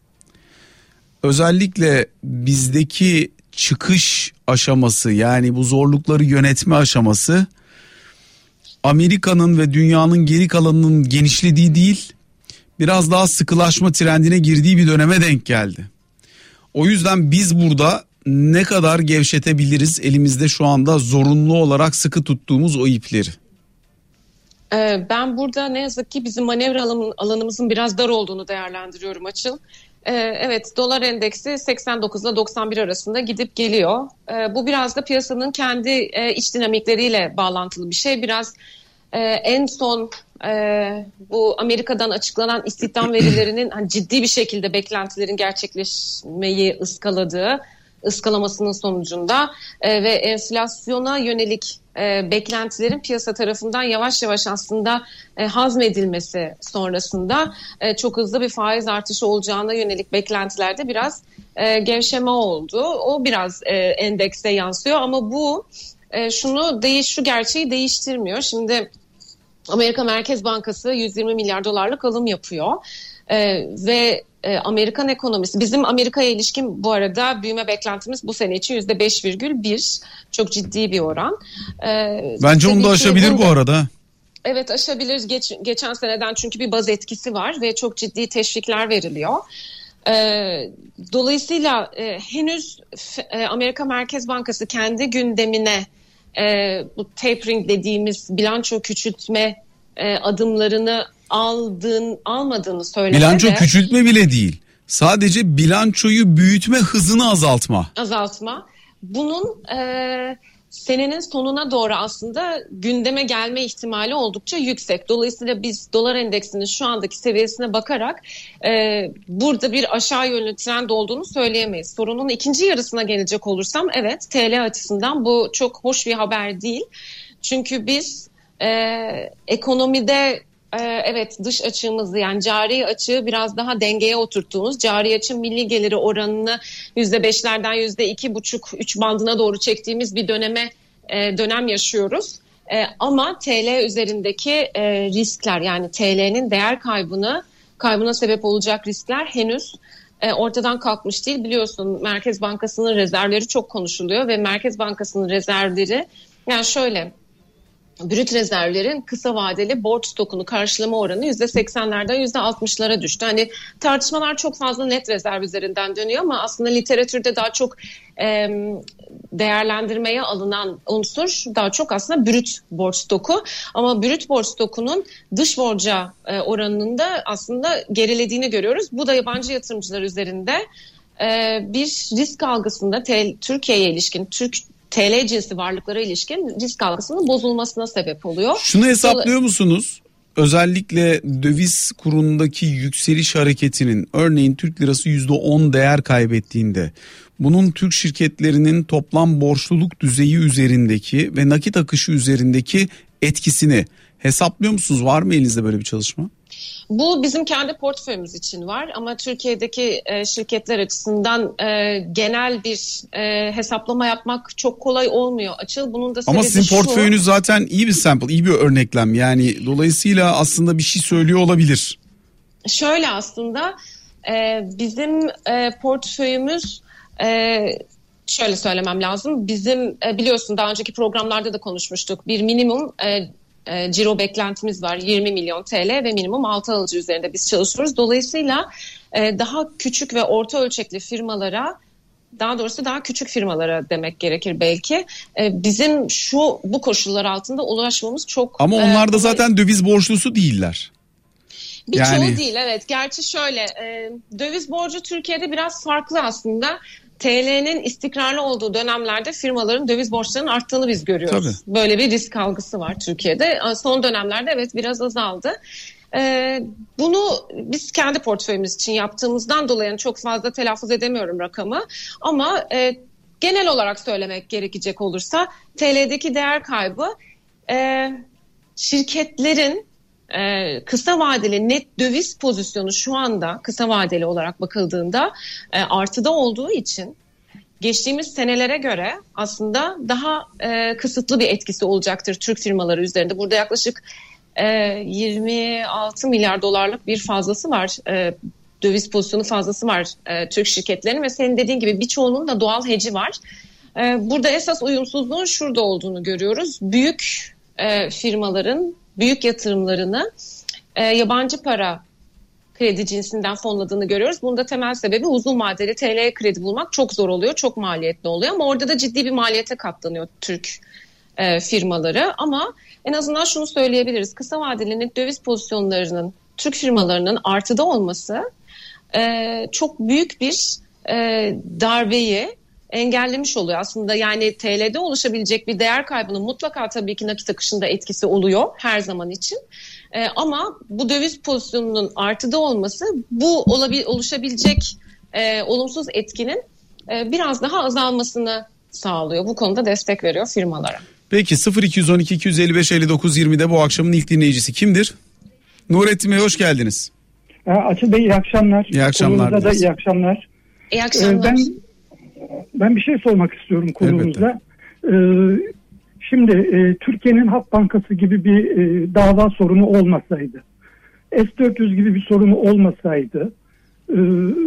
Speaker 1: Özellikle bizdeki çıkış aşaması, yani bu zorlukları yönetme aşaması Amerika'nın ve dünyanın geri kalanının genişlediği değil, biraz daha sıkılaşma trendine girdiği bir döneme denk geldi. O yüzden biz burada ne kadar gevşetebiliriz elimizde şu anda zorunlu olarak sıkı tuttuğumuz o ipleri?
Speaker 2: Ben burada ne yazık ki bizim manevra alanımızın biraz dar olduğunu değerlendiriyorum Açıl. Evet, dolar endeksi seksen dokuz ile doksan bir arasında gidip geliyor. Bu biraz da piyasanın kendi iç dinamikleriyle bağlantılı bir şey. Biraz en son bu Amerika'dan açıklanan istihdam verilerinin hani ciddi bir şekilde beklentilerin gerçekleşmeyi ıskaladığı, ıskalamasının sonucunda ve enflasyona yönelik E, beklentilerin piyasa tarafından yavaş yavaş aslında e, hazmedilmesi sonrasında e, çok hızlı bir faiz artışı olacağına yönelik beklentilerde biraz e, gevşeme oldu. O biraz e, endekse yansıyor ama bu e, şunu değiş şu gerçeği değiştirmiyor. Şimdi Amerika Merkez Bankası yüz yirmi milyar dolarlık alım yapıyor e, ve Amerikan ekonomisi, bizim Amerika'ya ilişkin bu arada büyüme beklentimiz bu sene için yüzde beş virgül bir, çok ciddi bir oran. Ee,
Speaker 1: Bence onu da aşabilir burada, bu arada.
Speaker 2: Evet, aşabilir. Geç, geçen seneden çünkü bir baz etkisi var ve çok ciddi teşvikler veriliyor. Ee, dolayısıyla e, henüz e, Amerika Merkez Bankası kendi gündemine e, bu tapering dediğimiz bilanço küçültme e, adımlarını aldığın, almadığını söylese
Speaker 1: bilanço
Speaker 2: de,
Speaker 1: küçültme bile değil. Sadece bilançoyu büyütme hızını azaltma.
Speaker 2: Azaltma. Bunun e, senenin sonuna doğru aslında gündeme gelme ihtimali oldukça yüksek. Dolayısıyla biz dolar endeksinin şu andaki seviyesine bakarak e, burada bir aşağı yönlü trend olduğunu söyleyemeyiz. Sorunun ikinci yarısına gelecek olursam, evet, T L açısından bu çok hoş bir haber değil. Çünkü biz e, ekonomide evet, dış açığımızı, yani cari açığı biraz daha dengeye oturttuğumuz, cari açığın milli geliri oranını yüzde beşlerden yüzde iki buçuk üç bandına doğru çektiğimiz bir döneme dönem yaşıyoruz. Ama T L üzerindeki riskler, yani T L'nin değer kaybını kaybına sebep olacak riskler henüz ortadan kalkmış değil. Biliyorsun, Merkez Bankası'nın rezervleri çok konuşuluyor ve Merkez Bankası'nın rezervleri, yani şöyle, brüt rezervlerin kısa vadeli borç stokunu karşılama oranı yüzde seksenlerden yüzde altmışlara düştü. Hani tartışmalar çok fazla net rezerv üzerinden dönüyor ama aslında literatürde daha çok e, değerlendirmeye alınan unsur daha çok aslında brüt borç stoku. Ama brüt borç stokunun dış borca e, oranının da aslında gerilediğini görüyoruz. Bu da yabancı yatırımcılar üzerinde e, bir risk algısında Türkiye'ye ilişkin, Türk T L cinsi varlıklara ilişkin risk algısının bozulmasına sebep oluyor.
Speaker 1: Şunu hesaplıyor musunuz? Özellikle döviz kurundaki yükseliş hareketinin, örneğin Türk lirası yüzde on değer kaybettiğinde bunun Türk şirketlerinin toplam borçluluk düzeyi üzerindeki ve nakit akışı üzerindeki etkisini hesaplıyor musunuz? Var mı elinizde böyle bir çalışma?
Speaker 2: Bu bizim kendi portföyümüz için var ama Türkiye'deki e, şirketler açısından e, genel bir e, hesaplama yapmak çok kolay olmuyor Açıl. Bunun da sebebi
Speaker 1: ama sizin
Speaker 2: şu.
Speaker 1: portföyünüz zaten iyi bir sample, iyi bir örneklem. Yani dolayısıyla aslında bir şey söylüyor olabilir.
Speaker 2: Şöyle aslında e, bizim e, portföyümüz e, şöyle söylemem lazım. Bizim e, biliyorsun daha önceki programlarda da konuşmuştuk. Bir minimum e, E, ciro beklentimiz var yirmi milyon T L ve minimum altı alıcı üzerinde biz çalışıyoruz. Dolayısıyla e, daha küçük ve orta ölçekli firmalara, daha doğrusu daha küçük firmalara demek gerekir belki, e, bizim şu bu koşullar altında ulaşmamız çok...
Speaker 1: Ama onlar da
Speaker 2: e,
Speaker 1: zaten döviz borçlusu değiller.
Speaker 2: Birçoğu
Speaker 1: yani...
Speaker 2: değil, evet. Gerçi şöyle e, döviz borcu Türkiye'de biraz farklı aslında. T L'nin istikrarlı olduğu dönemlerde firmaların döviz borçlarının arttığını biz görüyoruz. Tabii. Böyle bir risk algısı var Türkiye'de. Son dönemlerde evet biraz azaldı. Ee, bunu biz kendi portföyümüz için yaptığımızdan dolayı yani çok fazla telaffuz edemiyorum rakamı. Ama e, genel olarak söylemek gerekecek olursa T L'deki değer kaybı e, şirketlerin Ee, kısa vadeli net döviz pozisyonu şu anda kısa vadeli olarak bakıldığında e, artıda olduğu için geçtiğimiz senelere göre aslında daha e, kısıtlı bir etkisi olacaktır Türk firmaları üzerinde. Burada yaklaşık e, yirmi altı milyar dolarlık bir fazlası var, e, döviz pozisyonu fazlası var e, Türk şirketlerinin ve senin dediğin gibi birçoğunun da doğal heci var. E, burada esas uyumsuzluğun şurada olduğunu görüyoruz. Büyük e, firmaların büyük yatırımlarını e, yabancı para kredi cinsinden fonladığını görüyoruz. Bunun da temel sebebi uzun vadeli T L'ye kredi bulmak çok zor oluyor, çok maliyetli oluyor. Ama orada da ciddi bir maliyete katlanıyor Türk e, firmaları. Ama en azından şunu söyleyebiliriz. Kısa vadeli net döviz pozisyonlarının Türk firmalarının artıda olması e, çok büyük bir e, darbeyi engellemiş oluyor. Aslında yani T L'de oluşabilecek bir değer kaybının mutlaka tabii ki nakit akışında etkisi oluyor her zaman için. Ee, ama bu döviz pozisyonunun artıda olması bu olabil, oluşabilecek e, olumsuz etkinin e, biraz daha azalmasını sağlıyor. Bu konuda destek veriyor firmalara.
Speaker 1: Peki sıfır iki on iki iki yüz elli beş elli dokuz yirmide bu akşamın ilk dinleyicisi kimdir? Nurettin Bey hoş geldiniz.
Speaker 3: Açıl Bey iyi akşamlar.
Speaker 1: İyi akşamlar.
Speaker 3: Konumuza da iyi akşamlar.
Speaker 2: İyi akşamlar.
Speaker 3: Ee, ben Ben bir şey sormak istiyorum konumuzda. Ee, şimdi e, Türkiye'nin Halk Bankası gibi bir e, dava sorunu olmasaydı, S dört yüz gibi bir sorunu olmasaydı, e,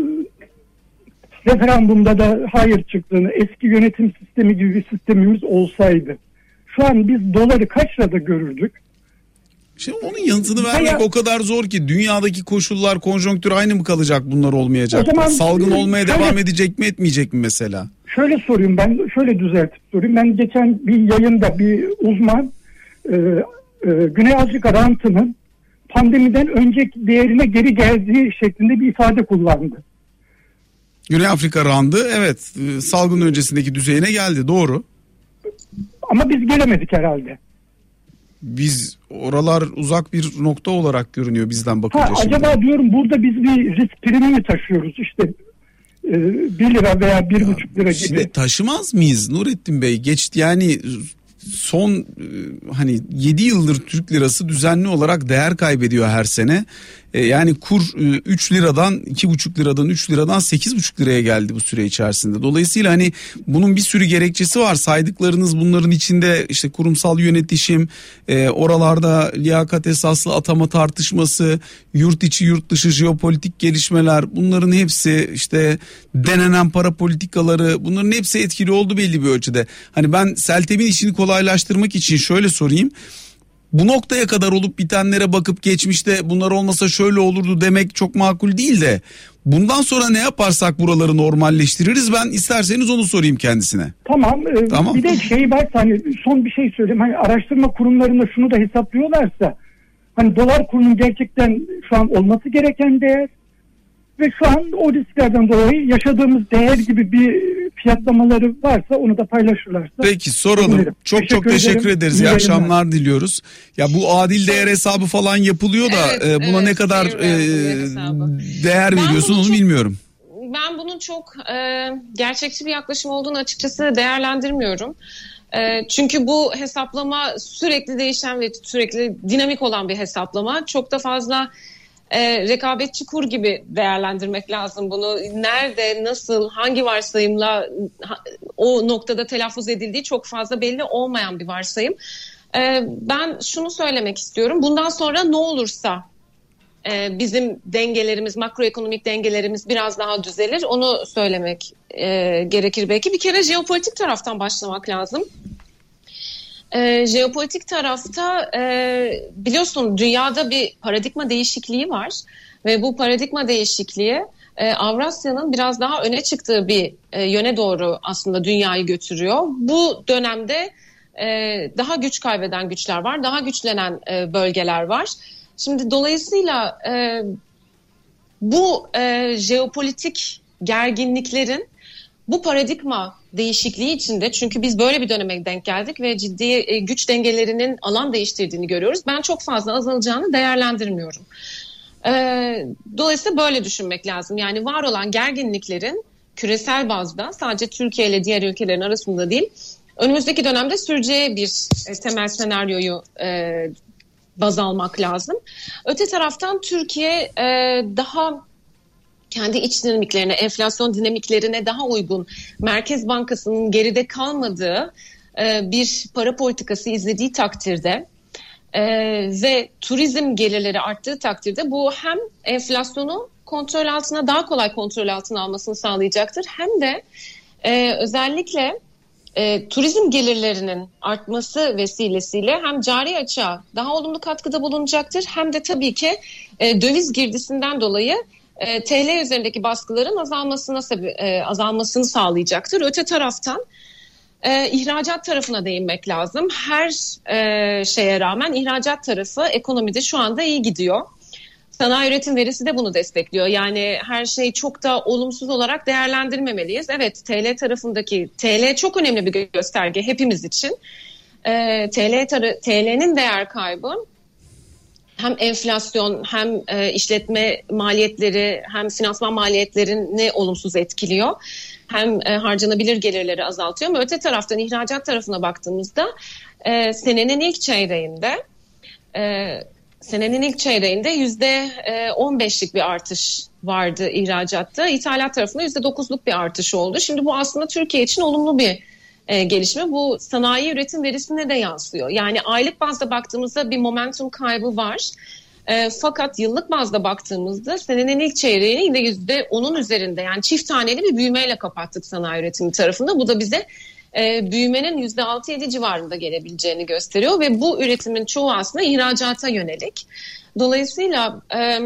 Speaker 3: referandumda da hayır çıktığını, eski yönetim sistemi gibi bir sistemimiz olsaydı, şu an biz doları kaç lirada görürdük?
Speaker 1: Şimdi onun yanıtını vermek ya, o kadar zor ki dünyadaki koşullar, konjonktür aynı mı kalacak, bunlar olmayacak? Zaman, salgın olmaya şöyle, devam edecek mi etmeyecek mi mesela?
Speaker 3: Şöyle sorayım, ben şöyle düzeltip sorayım. Ben geçen bir yayında bir uzman e, e, Güney Afrika rantının pandemiden önceki değerine geri geldiği şeklinde bir ifade kullandı.
Speaker 1: Güney Afrika randı evet salgın öncesindeki düzeyine geldi, doğru.
Speaker 3: Ama biz gelemedik herhalde.
Speaker 1: Biz oralar uzak bir nokta olarak görünüyor bizden bakınca.
Speaker 3: Ha, acaba diyorum burada biz bir risk primi mi taşıyoruz işte e, bir lira veya bir buçuk lira gibi.
Speaker 1: Şimdi taşımaz mıyız Nurettin Bey? Geçti yani son hani yedi yıldır Türk lirası düzenli olarak değer kaybediyor her sene. Yani kur üç liradan iki buçuk liradan üç liradan sekiz buçuk liraya geldi bu süre içerisinde. Dolayısıyla hani bunun bir sürü gerekçesi var. Saydıklarınız bunların içinde işte kurumsal yönetişim, e, oralarda liyakat esaslı atama tartışması, yurt içi yurt dışı jeopolitik gelişmeler, bunların hepsi işte denenen para politikaları, bunların hepsi etkili oldu belli bir ölçüde. Hani ben Seltem'in işini kolaylaştırmak için şöyle sorayım. Bu noktaya kadar olup bitenlere bakıp geçmişte bunlar olmasa şöyle olurdu demek çok makul değil de bundan sonra ne yaparsak buraları normalleştiririz, ben isterseniz onu sorayım kendisine.
Speaker 3: Tamam. E, tamam. Bir de şey var, hani son bir şey söyleyeyim. Hani araştırma kurumlarında şunu da hesaplıyorlarsa hani dolar kurunun gerçekten şu an olması gereken değer ve şu an o risklerden dolayı yaşadığımız değer gibi bir fiyatlamaları varsa onu da paylaşırlarsa.
Speaker 1: Peki soralım.
Speaker 3: Dinlerim.
Speaker 1: Çok
Speaker 3: teşekkür
Speaker 1: çok teşekkür
Speaker 3: ederim.
Speaker 1: ederiz. İyi, İyi akşamlar diliyoruz. Ya bu adil değer hesabı falan yapılıyor da
Speaker 2: evet,
Speaker 1: e, buna
Speaker 2: evet,
Speaker 1: ne kadar e, değer
Speaker 2: ben
Speaker 1: veriyorsun onu
Speaker 2: çok,
Speaker 1: bilmiyorum.
Speaker 2: Ben bunun çok e, gerçekçi bir yaklaşım olduğunu açıkçası değerlendirmiyorum. E, çünkü bu hesaplama sürekli değişen ve sürekli dinamik olan bir hesaplama. Çok da fazla e, rekabetçi kur gibi değerlendirmek lazım bunu. Nerede, nasıl, hangi varsayımla ha, o noktada telaffuz edildiği çok fazla belli olmayan bir varsayım. E, ben şunu söylemek istiyorum. Bundan sonra ne olursa e, bizim dengelerimiz, makroekonomik dengelerimiz biraz daha düzelir. Onu söylemek e, gerekir belki. Bir kere jeopolitik taraftan başlamak lazım. E, jeopolitik tarafta e, biliyorsun dünyada bir paradigma değişikliği var ve bu paradigma değişikliği e, Avrasya'nın biraz daha öne çıktığı bir e, yöne doğru aslında dünyayı götürüyor. Bu dönemde e, daha güç kaybeden güçler var, daha güçlenen e, bölgeler var. Şimdi dolayısıyla e, bu e, jeopolitik gerginliklerin bu paradigma değişikliği içinde, çünkü biz böyle bir döneme denk geldik ve ciddi e, güç dengelerinin alan değiştirdiğini görüyoruz. Ben çok fazla azalacağını değerlendirmiyorum. E, dolayısıyla böyle düşünmek lazım. Yani var olan gerginliklerin küresel bazda sadece Türkiye ile diğer ülkelerin arasında değil, önümüzdeki dönemde süreceği bir e, temel senaryoyu e, baz almak lazım. Öte taraftan Türkiye e, daha kendi iç dinamiklerine, enflasyon dinamiklerine daha uygun, Merkez Bankası'nın geride kalmadığı e, bir para politikası izlediği takdirde e, ve turizm gelirleri arttığı takdirde bu hem enflasyonu kontrol altına, daha kolay kontrol altına almasını sağlayacaktır, hem de e, özellikle E, turizm gelirlerinin artması vesilesiyle hem cari açığa daha olumlu katkıda bulunacaktır, hem de tabii ki e, döviz girdisinden dolayı e, T L üzerindeki baskıların azalmasına e, azalmasını sağlayacaktır. Öte taraftan e, ihracat tarafına değinmek lazım. Her e, şeye rağmen ihracat tarafı ekonomide şu anda iyi gidiyor. Sanayi üretim verisi de bunu destekliyor. Yani her şey çok da olumsuz olarak değerlendirmemeliyiz. Evet, T L tarafındaki, T L çok önemli bir gösterge hepimiz için. Ee, T L tar- T L'nin değer kaybı hem enflasyon, hem e, işletme maliyetleri, hem finansman maliyetlerini olumsuz etkiliyor. Hem e, harcanabilir gelirleri azaltıyor. Ama öte taraftan ihracat tarafına baktığımızda e, senenin ilk çeyreğinde e, Senenin ilk çeyreğinde yüzde on beşlik bir artış vardı ihracatta. İthalat tarafında yüzde dokuzluk bir artış oldu. Şimdi bu aslında Türkiye için olumlu bir e, gelişme. Bu sanayi üretim verisine de yansıyor. Yani aylık bazda baktığımızda bir momentum kaybı var. E, fakat yıllık bazda baktığımızda senenin ilk çeyreğini yine yüzde onun üzerinde, yani çift taneli bir büyümeyle kapattık sanayi üretimi tarafında. Bu da bize E, büyümenin yüzde altı yedi civarında gelebileceğini gösteriyor ve bu üretimin çoğu aslında ihracata yönelik. Dolayısıyla e,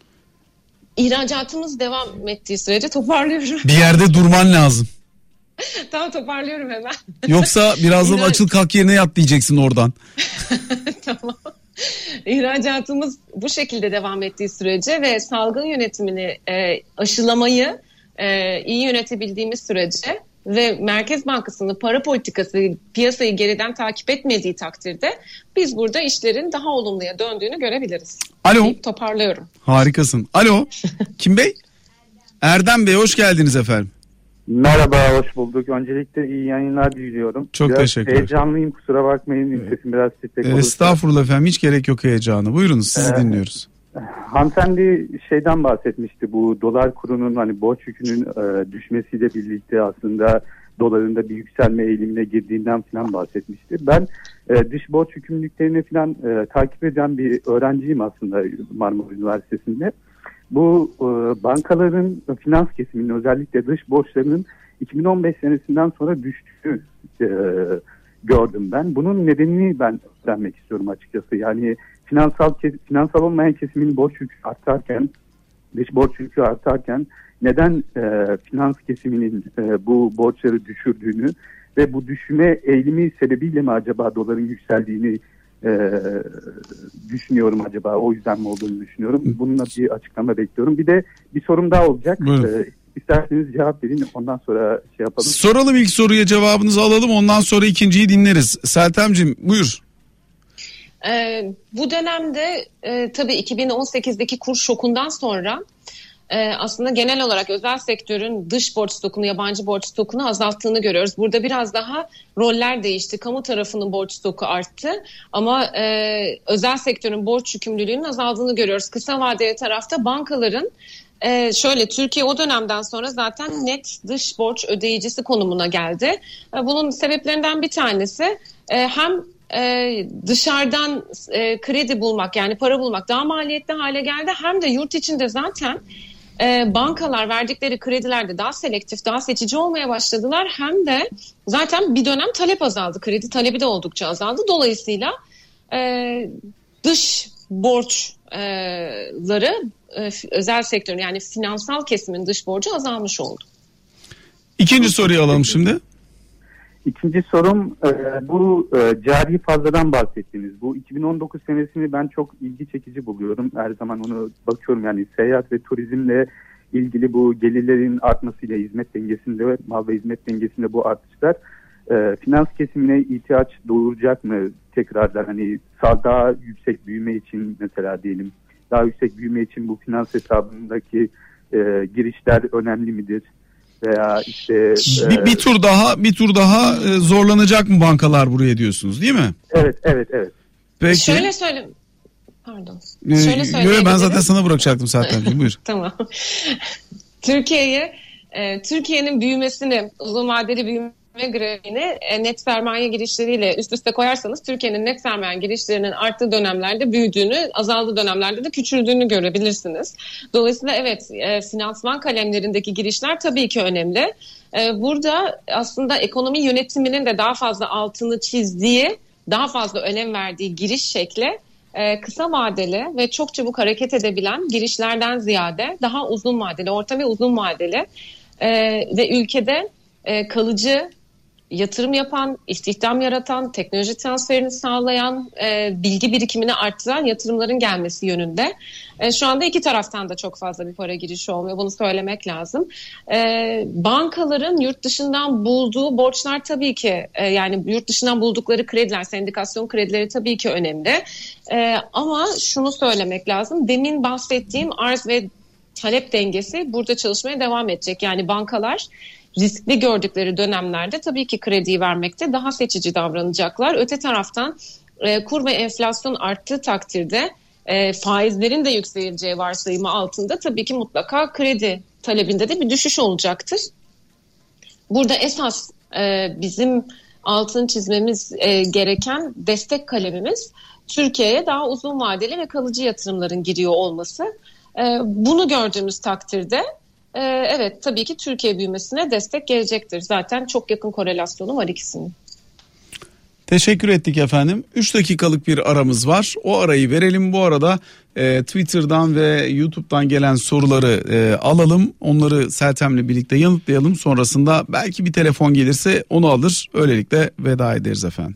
Speaker 2: ihracatımız devam ettiği sürece toparlıyorum.
Speaker 1: Bir yerde durman lazım.
Speaker 2: Tamam, toparlıyorum hemen.
Speaker 1: Yoksa birazdan İhrac... açıl kalk yerine yat diyeceksin oradan.
Speaker 2: Tamam. İhracatımız bu şekilde devam ettiği sürece ve salgın yönetimini, e, aşılamayı e, iyi yönetebildiğimiz sürece ve Merkez Bankası'nın para politikası piyasayı geriden takip etmediği takdirde biz burada işlerin daha olumluya döndüğünü görebiliriz.
Speaker 1: Alo.
Speaker 2: Deyip toparlıyorum.
Speaker 1: Harikasın. Alo. Kim Bey? Erdem Bey, hoş geldiniz efendim.
Speaker 4: Merhaba, hoş bulduk. Öncelikle iyi yayınlar diliyorum.
Speaker 1: Çok
Speaker 4: biraz
Speaker 1: teşekkürler.
Speaker 4: Heyecanlıyım, kusura bakmayın. Sesim biraz titrek olursa.
Speaker 1: Estağfurullah efendim, hiç gerek yok heyecana. Buyurunuz, sizi ee, dinliyoruz.
Speaker 4: Hanımefendi şeyden bahsetmişti, bu dolar kurunun hani borç yükünün e, düşmesiyle birlikte aslında doların da bir yükselme eğilimine girdiğinden falan bahsetmişti. Ben e, dış borç yükümlülüklerini falan e, takip eden bir öğrenciyim aslında Marmara Üniversitesi'nde. Bu e, bankaların finans kesiminin, özellikle dış borçlarının iki bin on beş senesinden sonra düştüğünü e, gördüm ben. Bunun nedenini ben öğrenmek istiyorum açıkçası. Yani finansal finansal olmayan kesimin borç yükü artarken, dış borç yükü artarken neden e, finans kesiminin e, bu borçları düşürdüğünü ve bu düşme eğilimi sebebiyle mi acaba doların yükseldiğini e, düşünüyorum acaba. O yüzden mi olduğunu düşünüyorum. Bununla bir açıklama bekliyorum. Bir de bir sorum daha olacak. E, İsterseniz cevap verin, ondan sonra şey yapalım.
Speaker 1: Soralım, ilk soruya cevabınızı alalım, ondan sonra ikinciyi dinleriz. Seltemciğim buyur.
Speaker 2: Ee, bu dönemde e, tabii iki bin on sekizdeki kur şokundan sonra e, aslında genel olarak özel sektörün dış borç stokunu, yabancı borç stokunu azalttığını görüyoruz. Burada biraz daha roller değişti. Kamu tarafının borç stoku arttı ama e, özel sektörün borç yükümlülüğünün azaldığını görüyoruz. Kısa vadeli tarafta bankaların Ee, şöyle Türkiye o dönemden sonra zaten net dış borç ödeyicisi konumuna geldi. Ee, bunun sebeplerinden bir tanesi e, hem e, dışarıdan e, kredi bulmak, yani para bulmak daha maliyetli hale geldi, hem de yurt içinde zaten e, bankalar verdikleri kredilerde daha selektif, daha seçici olmaya başladılar. Hem de zaten bir dönem talep azaldı, kredi talebi de oldukça azaldı. Dolayısıyla e, dış borçları özel sektörün, yani finansal kesimin dış borcu azalmış oldu.
Speaker 1: İkinci soruyu alalım şimdi.
Speaker 4: İkinci sorum bu cari fazladan bahsettiğiniz. Bu iki bin on dokuz senesini ben çok ilgi çekici buluyorum. Her zaman onu bakıyorum, yani seyahat ve turizmle ilgili bu gelirlerin artmasıyla hizmet dengesinde, mal ve hizmet dengesinde bu artışlar finans kesimine ihtiyaç doğuracak mı tekrardan, hani daha yüksek büyüme için mesela diyelim, daha yüksek büyüme için bu finans hesabındaki e, girişler önemli midir? Veya işte e,
Speaker 1: bir, bir tur daha bir tur daha e, zorlanacak mı bankalar buraya diyorsunuz, değil mi?
Speaker 4: Evet, evet, evet.
Speaker 2: Peki. Şöyle söyleyeyim. Pardon.
Speaker 1: Ee, Şöyle söyleyeyim. Ben zaten sana bırakacaktım zaten. Buyur.
Speaker 2: Tamam. Türkiye'yi e, Türkiye'nin büyümesini, uzun vadeli büyüme grafiğini e, net sermaye girişleriyle üst üste koyarsanız Türkiye'nin net sermaye girişlerinin arttığı dönemlerde büyüdüğünü, azaldığı dönemlerde de küçüldüğünü görebilirsiniz. Dolayısıyla evet, e, finansman kalemlerindeki girişler tabii ki önemli. E, burada aslında ekonomi yönetiminin de daha fazla altını çizdiği, daha fazla önem verdiği giriş şekli e, kısa vadeli ve çok çabuk hareket edebilen girişlerden ziyade daha uzun vadeli, orta ve uzun vadeli e, ve ülkede e, kalıcı yatırım yapan, istihdam yaratan, teknoloji transferini sağlayan, e, bilgi birikimini arttıran yatırımların gelmesi yönünde. E, şu anda iki taraftan da çok fazla bir para girişi olmuyor. Bunu söylemek lazım. E, bankaların yurt dışından bulduğu borçlar tabii ki, e, yani yurt dışından buldukları krediler, sendikasyon kredileri tabii ki önemli. E, ama şunu söylemek lazım. Demin bahsettiğim arz ve talep dengesi burada çalışmaya devam edecek. Yani bankalar riskli gördükleri dönemlerde tabii ki krediyi vermekte daha seçici davranacaklar. Öte taraftan e, kur ve enflasyon arttığı takdirde e, faizlerin de yükseleceği varsayımı altında tabii ki mutlaka kredi talebinde de bir düşüş olacaktır. Burada esas e, bizim altını çizmemiz e, gereken destek kalemimiz Türkiye'ye daha uzun vadeli ve kalıcı yatırımların giriyor olması. E, bunu gördüğümüz takdirde Ee, evet, tabii ki Türkiye büyümesine destek gelecektir. Zaten çok yakın korelasyonu var ikisinin.
Speaker 1: Teşekkür ettik efendim. üç dakikalık bir aramız var. O arayı verelim. Bu arada e, Twitter'dan ve YouTube'dan gelen soruları e, alalım. Onları Seltem'le birlikte yanıtlayalım. Sonrasında belki bir telefon gelirse onu alır. Öylelikle veda ederiz efendim.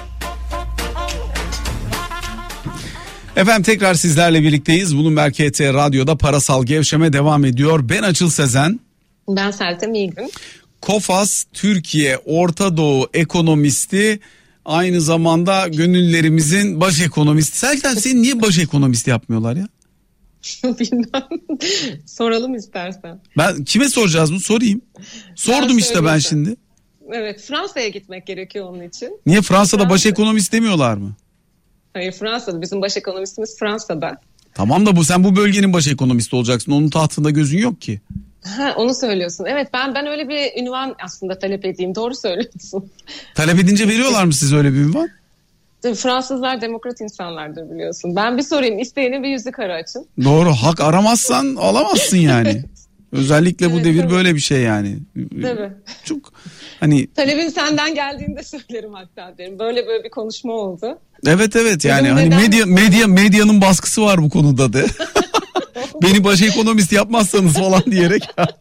Speaker 1: Efendim tekrar sizlerle birlikteyiz. Bloomberg H T Radyo'da Parasal Gevşeme devam ediyor. Ben Açıl Sezen.
Speaker 2: Ben Seltem İlgün.
Speaker 1: Kofas Türkiye Orta Doğu ekonomisti, aynı zamanda gönüllerimizin baş ekonomisti. Seltem, seni niye baş ekonomisti yapmıyorlar ya?
Speaker 2: Bilmem. Soralım istersen.
Speaker 1: Ben kime soracağız bunu, sorayım. Sordum ben işte ben şimdi.
Speaker 2: Evet, Fransa'ya gitmek gerekiyor onun için.
Speaker 1: Niye Fransa'da Fransa... baş ekonomist demiyorlar mı?
Speaker 2: Hayır, Fransa'da. Bizim baş ekonomistimiz Fransa'da.
Speaker 1: Tamam da bu sen bu bölgenin baş ekonomisti olacaksın. Onun tahtında gözün yok ki.
Speaker 2: Ha, onu söylüyorsun. Evet, ben ben öyle bir ünvan aslında talep edeyim. Doğru söylüyorsun.
Speaker 1: Talep edince veriyorlar mı size öyle bir ünvan?
Speaker 2: Fransızlar demokrat insanlardır biliyorsun. Ben bir sorayım. İsteyene bir yüzü kara açın.
Speaker 1: Doğru. Hak aramazsan alamazsın yani. Özellikle bu evet, devir tabii. Böyle bir şey yani.
Speaker 2: Tabii.
Speaker 1: Çok hani.
Speaker 2: Talebin senden geldiğinde söylerim hatta derim. Böyle böyle bir konuşma oldu.
Speaker 1: Evet evet yani dedim, hani neden? medya medya medyanın baskısı var bu konuda da. Beni baş ekonomist yapmazsanız falan diyerek.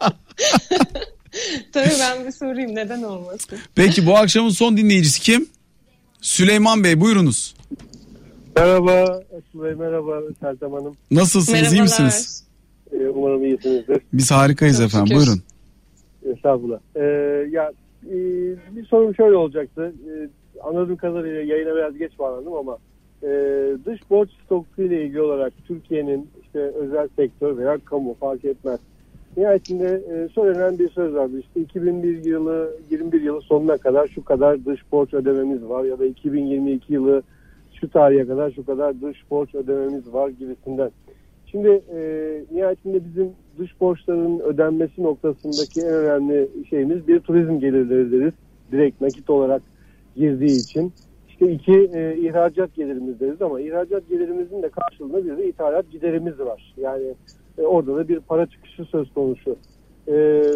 Speaker 2: Tabii ben bir sorayım, neden olmasın.
Speaker 1: Peki bu akşamın son dinleyicisi kim? Süleyman Bey, buyurunuz.
Speaker 5: Merhaba Aslı Bey, merhaba Seltem Hanım.
Speaker 1: Nasılsınız, iyi misiniz?
Speaker 5: Ee, umarım iyisinizdir.
Speaker 1: Biz harikayız
Speaker 2: Çok
Speaker 1: efendim.
Speaker 2: şükür.
Speaker 1: Buyurun.
Speaker 5: Estağfurullah. Ee, ya e, bir sorum şöyle olacaktı. Ee, anladığım kadarıyla yayına biraz geç bağlandım ama e, dış borç stoku ile ilgili olarak Türkiye'nin işte özel sektör veya kamu fark etmez. Nihayetinde e, söylenen bir söz vardı. İşte iki bin bir yılı yirmi bir yılı sonuna kadar şu kadar dış borç ödememiz var ya da iki bin yirmi iki yılı şu tarihe kadar şu kadar dış borç ödememiz var gibisinden. Şimdi e, nihayetinde bizim dış borçların ödenmesi noktasındaki en önemli şeyimiz bir turizm gelirleri deriz. Direkt nakit olarak girdiği için. İşte iki e, ihracat gelirimiz deriz ama ihracat gelirimizin de karşılığında bir de ithalat giderimiz var. Yani e, orada da bir para çıkışı söz konusu. E,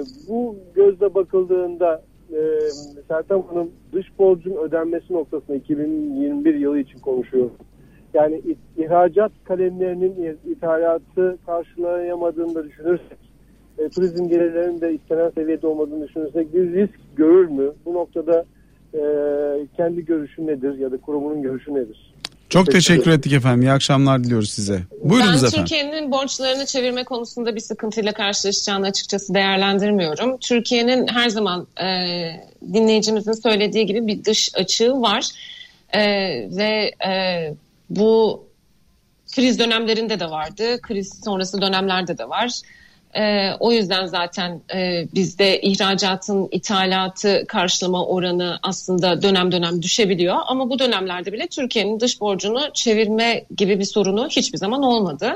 Speaker 5: bu gözle bakıldığında e, Sertem Hanım dış borcun ödenmesi noktasında iki bin yirmi bir yılı için konuşuyoruz. Yani ihracat kalemlerinin ithalatı karşılayamadığını da düşünürsek, e, turizm gelirlerinin de istenen seviyede olmadığını düşünürsek bir risk görür mü? Bu noktada e, kendi görüşü nedir ya da kurumunun görüşü nedir?
Speaker 1: Çok teşekkür, teşekkür ettik efendim. İyi akşamlar diliyoruz size. Buyurunuz
Speaker 2: ben
Speaker 1: efendim.
Speaker 2: Türkiye'nin borçlarını çevirme konusunda bir sıkıntıyla karşılaşacağını açıkçası değerlendirmiyorum. Türkiye'nin her zaman e, dinleyicimizin söylediği gibi bir dış açığı var. E, ve e, bu kriz dönemlerinde de vardı. Kriz sonrası dönemlerde de var. Ee, o yüzden zaten e, bizde ihracatın ithalatı karşılama oranı aslında dönem dönem düşebiliyor. Ama bu dönemlerde bile Türkiye'nin dış borcunu çevirme gibi bir sorunu hiçbir zaman olmadı.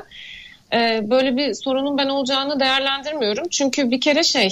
Speaker 2: Ee, böyle bir sorunun ben olacağını değerlendirmiyorum. Çünkü bir kere şey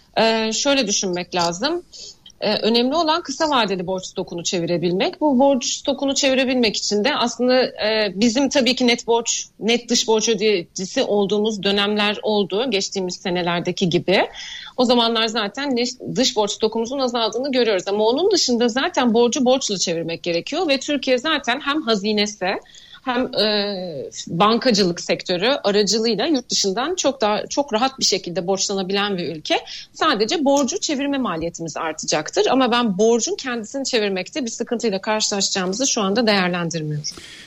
Speaker 2: e, şöyle düşünmek lazım. Ee, önemli olan kısa vadeli borç stokunu çevirebilmek. Bu borç stokunu çevirebilmek için de aslında e, bizim tabii ki net borç, net dış borç ödeyicisi olduğumuz dönemler oldu. Geçtiğimiz senelerdeki gibi. O zamanlar zaten dış borç stokumuzun azaldığını görüyoruz. Ama onun dışında zaten borcu borçla çevirmek gerekiyor. Ve Türkiye zaten hem hazinesi hem e, bankacılık sektörü aracılığıyla yurt dışından çok daha çok rahat bir şekilde borçlanabilen bir ülke. Sadece borcu çevirme maliyetimiz artacaktır. Ama ben borcun kendisini çevirmekte bir sıkıntıyla karşılaşacağımızı şu anda değerlendirmiyorum.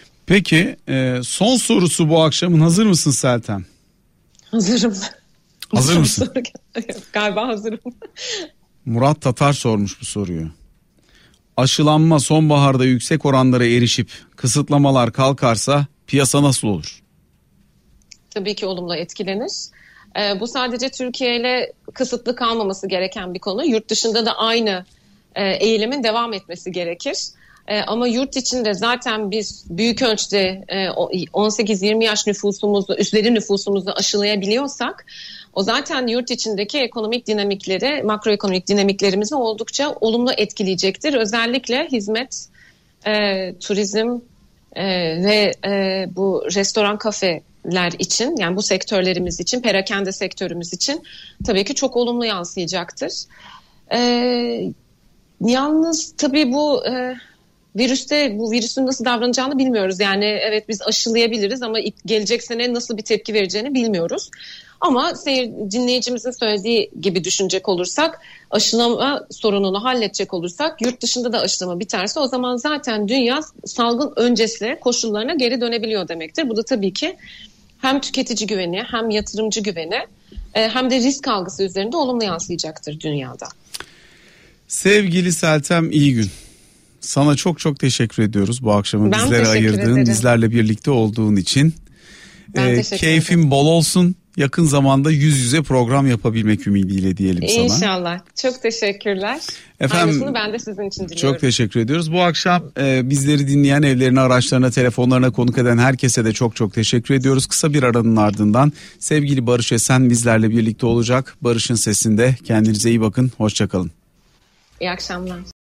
Speaker 1: Peki e, son sorusu bu akşamın, hazır mısın Seltem?
Speaker 2: Hazırım.
Speaker 1: Hazır mısın?
Speaker 2: Galiba hazırım.
Speaker 1: Murat Tatar sormuş bu soruyu. Aşılanma sonbaharda yüksek oranlara erişip kısıtlamalar kalkarsa piyasa nasıl olur?
Speaker 2: Tabii ki olumlu etkilenir. Ee, bu sadece Türkiye ile kısıtlı kalmaması gereken bir konu. Yurt dışında da aynı e, eğilimin devam etmesi gerekir. E, ama yurt içinde zaten biz büyük ölçüde e, on sekiz yirmi yaş nüfusumuzu, üstleri nüfusumuzu aşılayabiliyorsak o zaten yurt içindeki ekonomik dinamikleri, makroekonomik dinamiklerimizi oldukça olumlu etkileyecektir. Özellikle hizmet, e, turizm e, ve e, bu restoran, kafeler için, yani bu sektörlerimiz için, perakende sektörümüz için tabii ki çok olumlu yansıyacaktır. E, yalnız tabii bu e, virüste, bu virüsün nasıl davranacağını bilmiyoruz. Yani evet biz aşılayabiliriz ama gelecek sene nasıl bir tepki vereceğini bilmiyoruz. Ama seyir, dinleyicimizin söylediği gibi düşünecek olursak, aşılama sorununu halledecek olursak, yurt dışında da aşılama biterse o zaman zaten dünya salgın öncesi koşullarına geri dönebiliyor demektir. Bu da tabii ki hem tüketici güveni, hem yatırımcı güveni, hem de risk algısı üzerinde olumlu yansıyacaktır dünyada.
Speaker 1: Sevgili Seltem, iyi gün. Sana çok çok teşekkür ediyoruz bu akşamı
Speaker 2: ben
Speaker 1: bizlere ayırdığın, ederim. Bizlerle birlikte olduğun için. Ee, keyfin ederim. Bol olsun. Yakın zamanda yüz yüze program yapabilmek ümidiyle diyelim sana.
Speaker 2: İnşallah. Çok teşekkürler. Efendim, aynısını ben de sizin için diliyorum.
Speaker 1: Çok teşekkür ediyoruz. Bu akşam e, bizleri dinleyen, evlerine, araçlarına, telefonlarına konuk eden herkese de çok çok teşekkür ediyoruz. Kısa bir aranın ardından sevgili Barış Esen bizlerle birlikte olacak. Barış'ın sesinde. Kendinize iyi bakın. Hoşça kalın.
Speaker 2: İyi akşamlar.